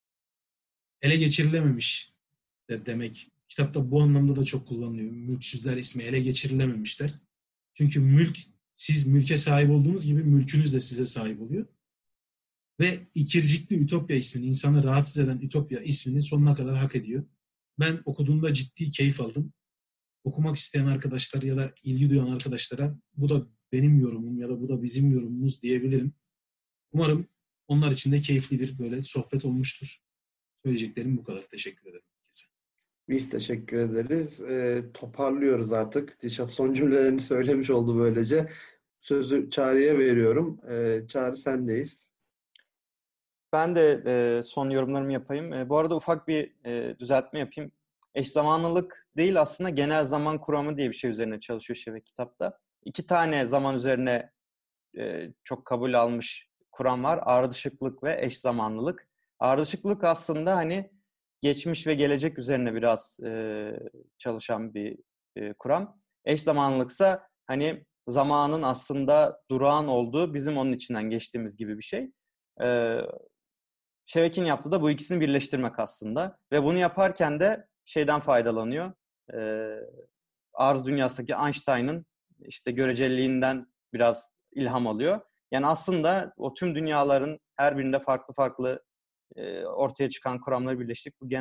ele geçirilememiş demek. Kitapta bu anlamda da çok kullanılıyor. Mülksüzler ismi ele geçirilememişler. Çünkü siz mülke sahip olduğunuz gibi mülkünüz de size sahip oluyor. Ve ikircikli Ütopya ismini, insanı rahatsız eden Ütopya ismini sonuna kadar hak ediyor. Ben okuduğumda ciddi keyif aldım. Okumak isteyen arkadaşlar ya da ilgi duyan arkadaşlara bu da benim yorumum ya da bu da bizim yorumumuz diyebilirim. Umarım onlar için de keyifli bir böyle sohbet olmuştur. Söyleyeceklerim bu kadar. Teşekkür ederim.
Biz teşekkür ederiz. Toparlıyoruz artık. Dilşat son cümlelerini söylemiş oldu böylece. Sözü Çağrı'ya veriyorum. Çağrı sendeyiz.
Ben de son yorumlarımı yapayım. Bu arada ufak bir düzeltme yapayım. Eş zamanlılık değil, aslında genel zaman kuramı diye bir şey üzerine çalışıyor Şevek kitapta. 2 tane zaman üzerine çok kabul almış kuram var. Ardışıklık ve eş zamanlılık. Ardışıklık aslında hani geçmiş ve gelecek üzerine biraz çalışan bir kuram. Eş zamanlılıksa hani zamanın aslında durağan olduğu, bizim onun içinden geçtiğimiz gibi bir şey. Şevek'in yaptığı da bu ikisini birleştirmek aslında. Ve bunu yaparken de şeyden faydalanıyor. Arz dünyasındaki Einstein'ın işte göreceliliğinden biraz ilham alıyor. Yani aslında o tüm dünyaların her birinde farklı farklı ortaya çıkan kuramları birleştirip bu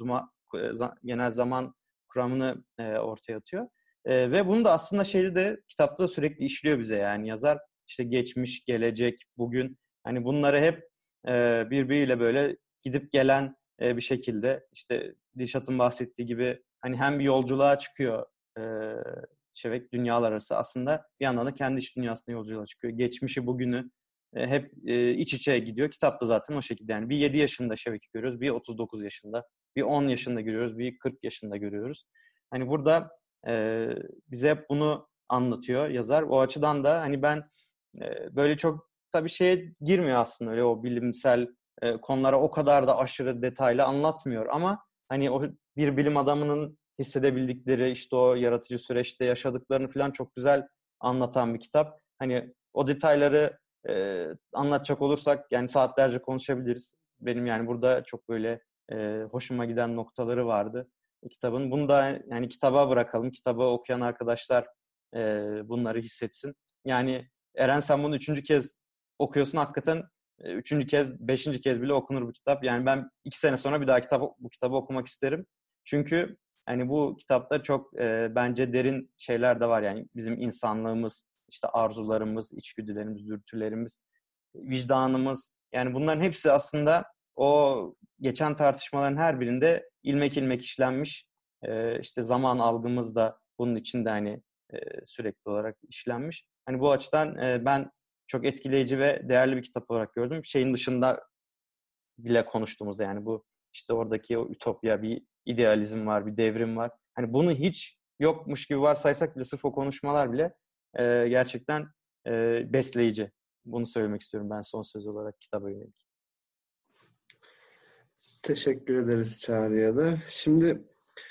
genel zaman kuramını ortaya atıyor. Ve bunu da aslında kitapta da sürekli işliyor bize, yani yazar işte geçmiş, gelecek, bugün, hani bunları hep birbiriyle böyle gidip gelen bir şekilde, işte Dilşat'ın bahsettiği gibi hani hem bir yolculuğa çıkıyor Şevek, dünyalar arası, aslında bir yandan da kendi iç dünyasına yolculuğa çıkıyor. Geçmişi, bugünü hep iç içe gidiyor. Kitapta zaten o şekilde, yani bir 7 yaşında Şevik'i görüyoruz, bir 39 yaşında, bir 10 yaşında görüyoruz, bir 40 yaşında görüyoruz. Hani burada bize hep bunu anlatıyor yazar. O açıdan da hani ben böyle çok tabii şeye girmiyor aslında, öyle o bilimsel konulara o kadar da aşırı detaylı anlatmıyor ama hani o bir bilim adamının hissedebildikleri, işte o yaratıcı süreçte yaşadıklarını falan çok güzel anlatan bir kitap. Hani o detayları anlatacak olursak yani saatlerce konuşabiliriz. Benim yani burada çok böyle hoşuma giden noktaları vardı kitabın. Bunu da yani kitaba bırakalım. Kitabı okuyan arkadaşlar bunları hissetsin. Yani Eren, sen bunu 3. kez okuyorsun. Hakikaten 3. kez, 5. kez bile okunur bu kitap. Yani ben 2 sene sonra bir daha bu kitabı okumak isterim. Çünkü hani bu kitapta çok bence derin şeyler de var. Yani bizim insanlığımız, işte arzularımız, içgüdülerimiz, dürtülerimiz, vicdanımız. Yani bunların hepsi aslında o geçen tartışmaların her birinde ilmek ilmek işlenmiş. İşte zaman algımız da bunun içinde hani sürekli olarak işlenmiş. Hani bu açıdan ben çok etkileyici ve değerli bir kitap olarak gördüm. Şeyin dışında bile konuştuğumuzda, yani bu işte oradaki o ütopya, bir idealizm var, bir devrim var. Hani bunu hiç yokmuş gibi varsaysak bile, sırf o konuşmalar bile gerçekten besleyici. Bunu söylemek istiyorum ben son söz olarak kitaba yönelik.
Teşekkür ederiz Çağrı'ya da. Şimdi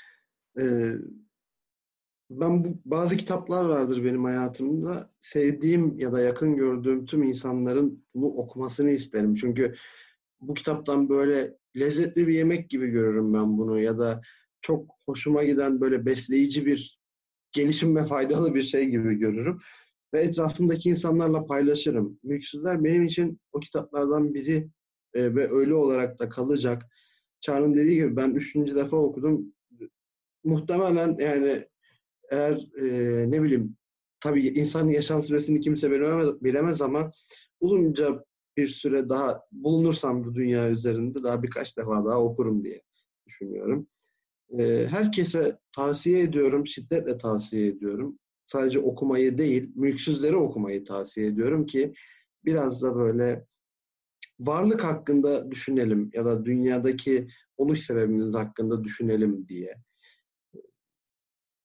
bazı kitaplar vardır benim hayatımda. Sevdiğim ya da yakın gördüğüm tüm insanların bunu okumasını isterim. Çünkü bu kitaptan böyle lezzetli bir yemek gibi görürüm ben bunu, ya da çok hoşuma giden böyle besleyici bir gelişim ve faydalı bir şey gibi görürüm. Ve etrafımdaki insanlarla paylaşırım. Mülksüzler benim için o kitaplardan biri ve öyle olarak da kalacak. Çağrı'nın dediği gibi ben 3. defa okudum. Muhtemelen yani eğer ne bileyim, tabii insanın yaşam süresini kimse bilemez ama uzunca bir süre daha bulunursam bu dünya üzerinde daha birkaç defa daha okurum diye düşünüyorum. Herkese tavsiye ediyorum, şiddetle tavsiye ediyorum. Sadece okumayı değil, mülksüzleri okumayı tavsiye ediyorum ki biraz da böyle varlık hakkında düşünelim ya da dünyadaki oluş sebebimiz hakkında düşünelim diye.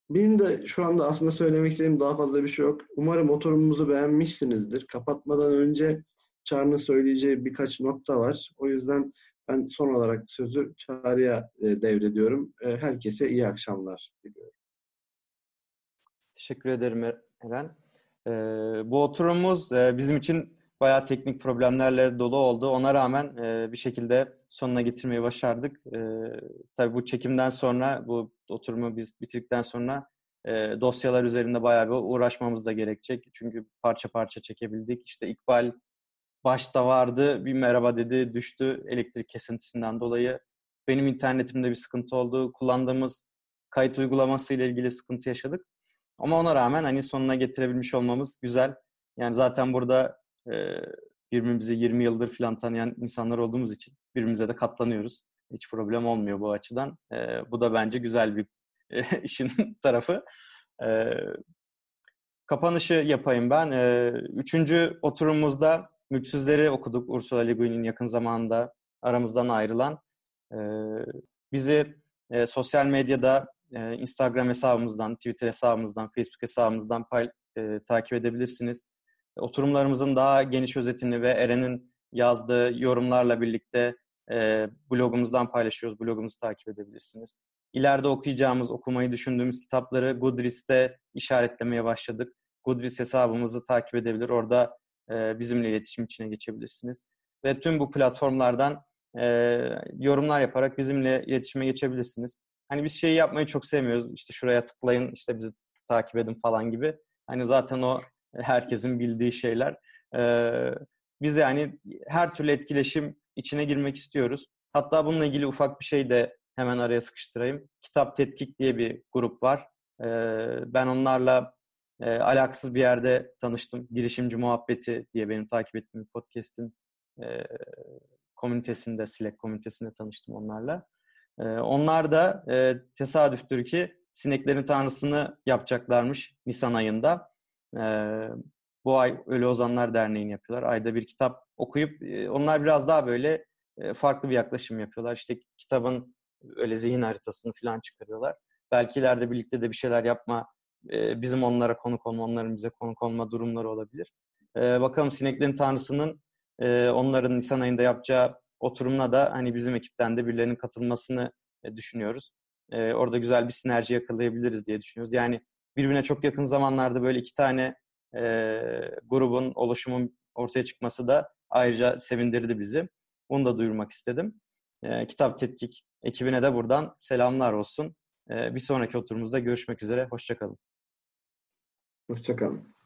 Benim de şu anda aslında söylemek istediğim daha fazla bir şey yok. Umarım oturumumuzu beğenmişsinizdir. Kapatmadan önce Çağrı'nın söyleyeceği birkaç nokta var. O yüzden ben son olarak sözü Çağrı'ya devrediyorum. Herkese iyi akşamlar diliyorum.
Teşekkür ederim Eren. Bu oturumumuz bizim için bayağı teknik problemlerle dolu oldu. Ona rağmen bir şekilde sonuna getirmeyi başardık. Tabii bu çekimden sonra, bu oturumu biz bitirdikten sonra dosyalar üzerinde bayağı bir uğraşmamız da gerekecek. Çünkü parça parça çekebildik. İşte İkbal başta vardı, bir merhaba dedi, düştü elektrik kesintisinden dolayı. Benim internetimde bir sıkıntı oldu. Kullandığımız kayıt uygulaması ile ilgili sıkıntı yaşadık. Ama ona rağmen hani sonuna getirebilmiş olmamız güzel. Yani zaten burada birbirimizi 20 yıldır falan tanıyan insanlar olduğumuz için birbirimize de katlanıyoruz. Hiç problem olmuyor bu açıdan. Bu da bence güzel bir işin tarafı. Kapanışı yapayım ben. Üçüncü oturumumuzda Mülksüzleri okuduk. Ursula Le Guin'in yakın zamanda aramızdan ayrılan. Bizi sosyal medyada Instagram hesabımızdan, Twitter hesabımızdan, Facebook hesabımızdan takip edebilirsiniz. Oturumlarımızın daha geniş özetini ve Eren'in yazdığı yorumlarla birlikte blogumuzdan paylaşıyoruz. Blogumuzu takip edebilirsiniz. İleride okuyacağımız, okumayı düşündüğümüz kitapları Goodreads'te işaretlemeye başladık. Goodreads hesabımızı takip edebilir. Orada bizimle iletişim içine geçebilirsiniz. Ve tüm bu platformlardan yorumlar yaparak bizimle iletişime geçebilirsiniz. Hani biz şeyi yapmayı çok sevmiyoruz. İşte şuraya tıklayın, işte bizi takip edin falan gibi. Hani zaten o herkesin bildiği şeyler. Biz yani her türlü etkileşim içine girmek istiyoruz. Hatta bununla ilgili ufak bir şey de hemen araya sıkıştırayım. Kitap Tetkik diye bir grup var. Ben onlarla alakasız bir yerde tanıştım. Girişimci Muhabbeti diye benim takip ettiğim podcast'in komünitesinde, Slack komünitesinde tanıştım onlarla. Onlar da tesadüftür ki Sineklerin Tanrısı'nı yapacaklarmış Nisan ayında. Bu ay Ölü Ozanlar Derneği'ni yapıyorlar. Ayda bir kitap okuyup onlar biraz daha böyle farklı bir yaklaşım yapıyorlar. İşte kitabın öyle zihin haritasını falan çıkarıyorlar. Belki ileride birlikte de bir şeyler yapma, bizim onlara konuk olma, onların bize konuk olma durumları olabilir. Bakalım Sineklerin Tanrısı'nın onların Nisan ayında yapacağı oturumuna da hani bizim ekipten de birilerinin katılmasını düşünüyoruz. Orada güzel bir sinerji yakalayabiliriz diye düşünüyoruz. Yani birbirine çok yakın zamanlarda böyle iki tane grubun, oluşumun ortaya çıkması da ayrıca sevindirdi bizi. Bunu da duyurmak istedim. Kitap Tetkik ekibine de buradan selamlar olsun. Bir sonraki oturumumuzda görüşmek üzere. Hoşça kalın.
Hoşça kalın.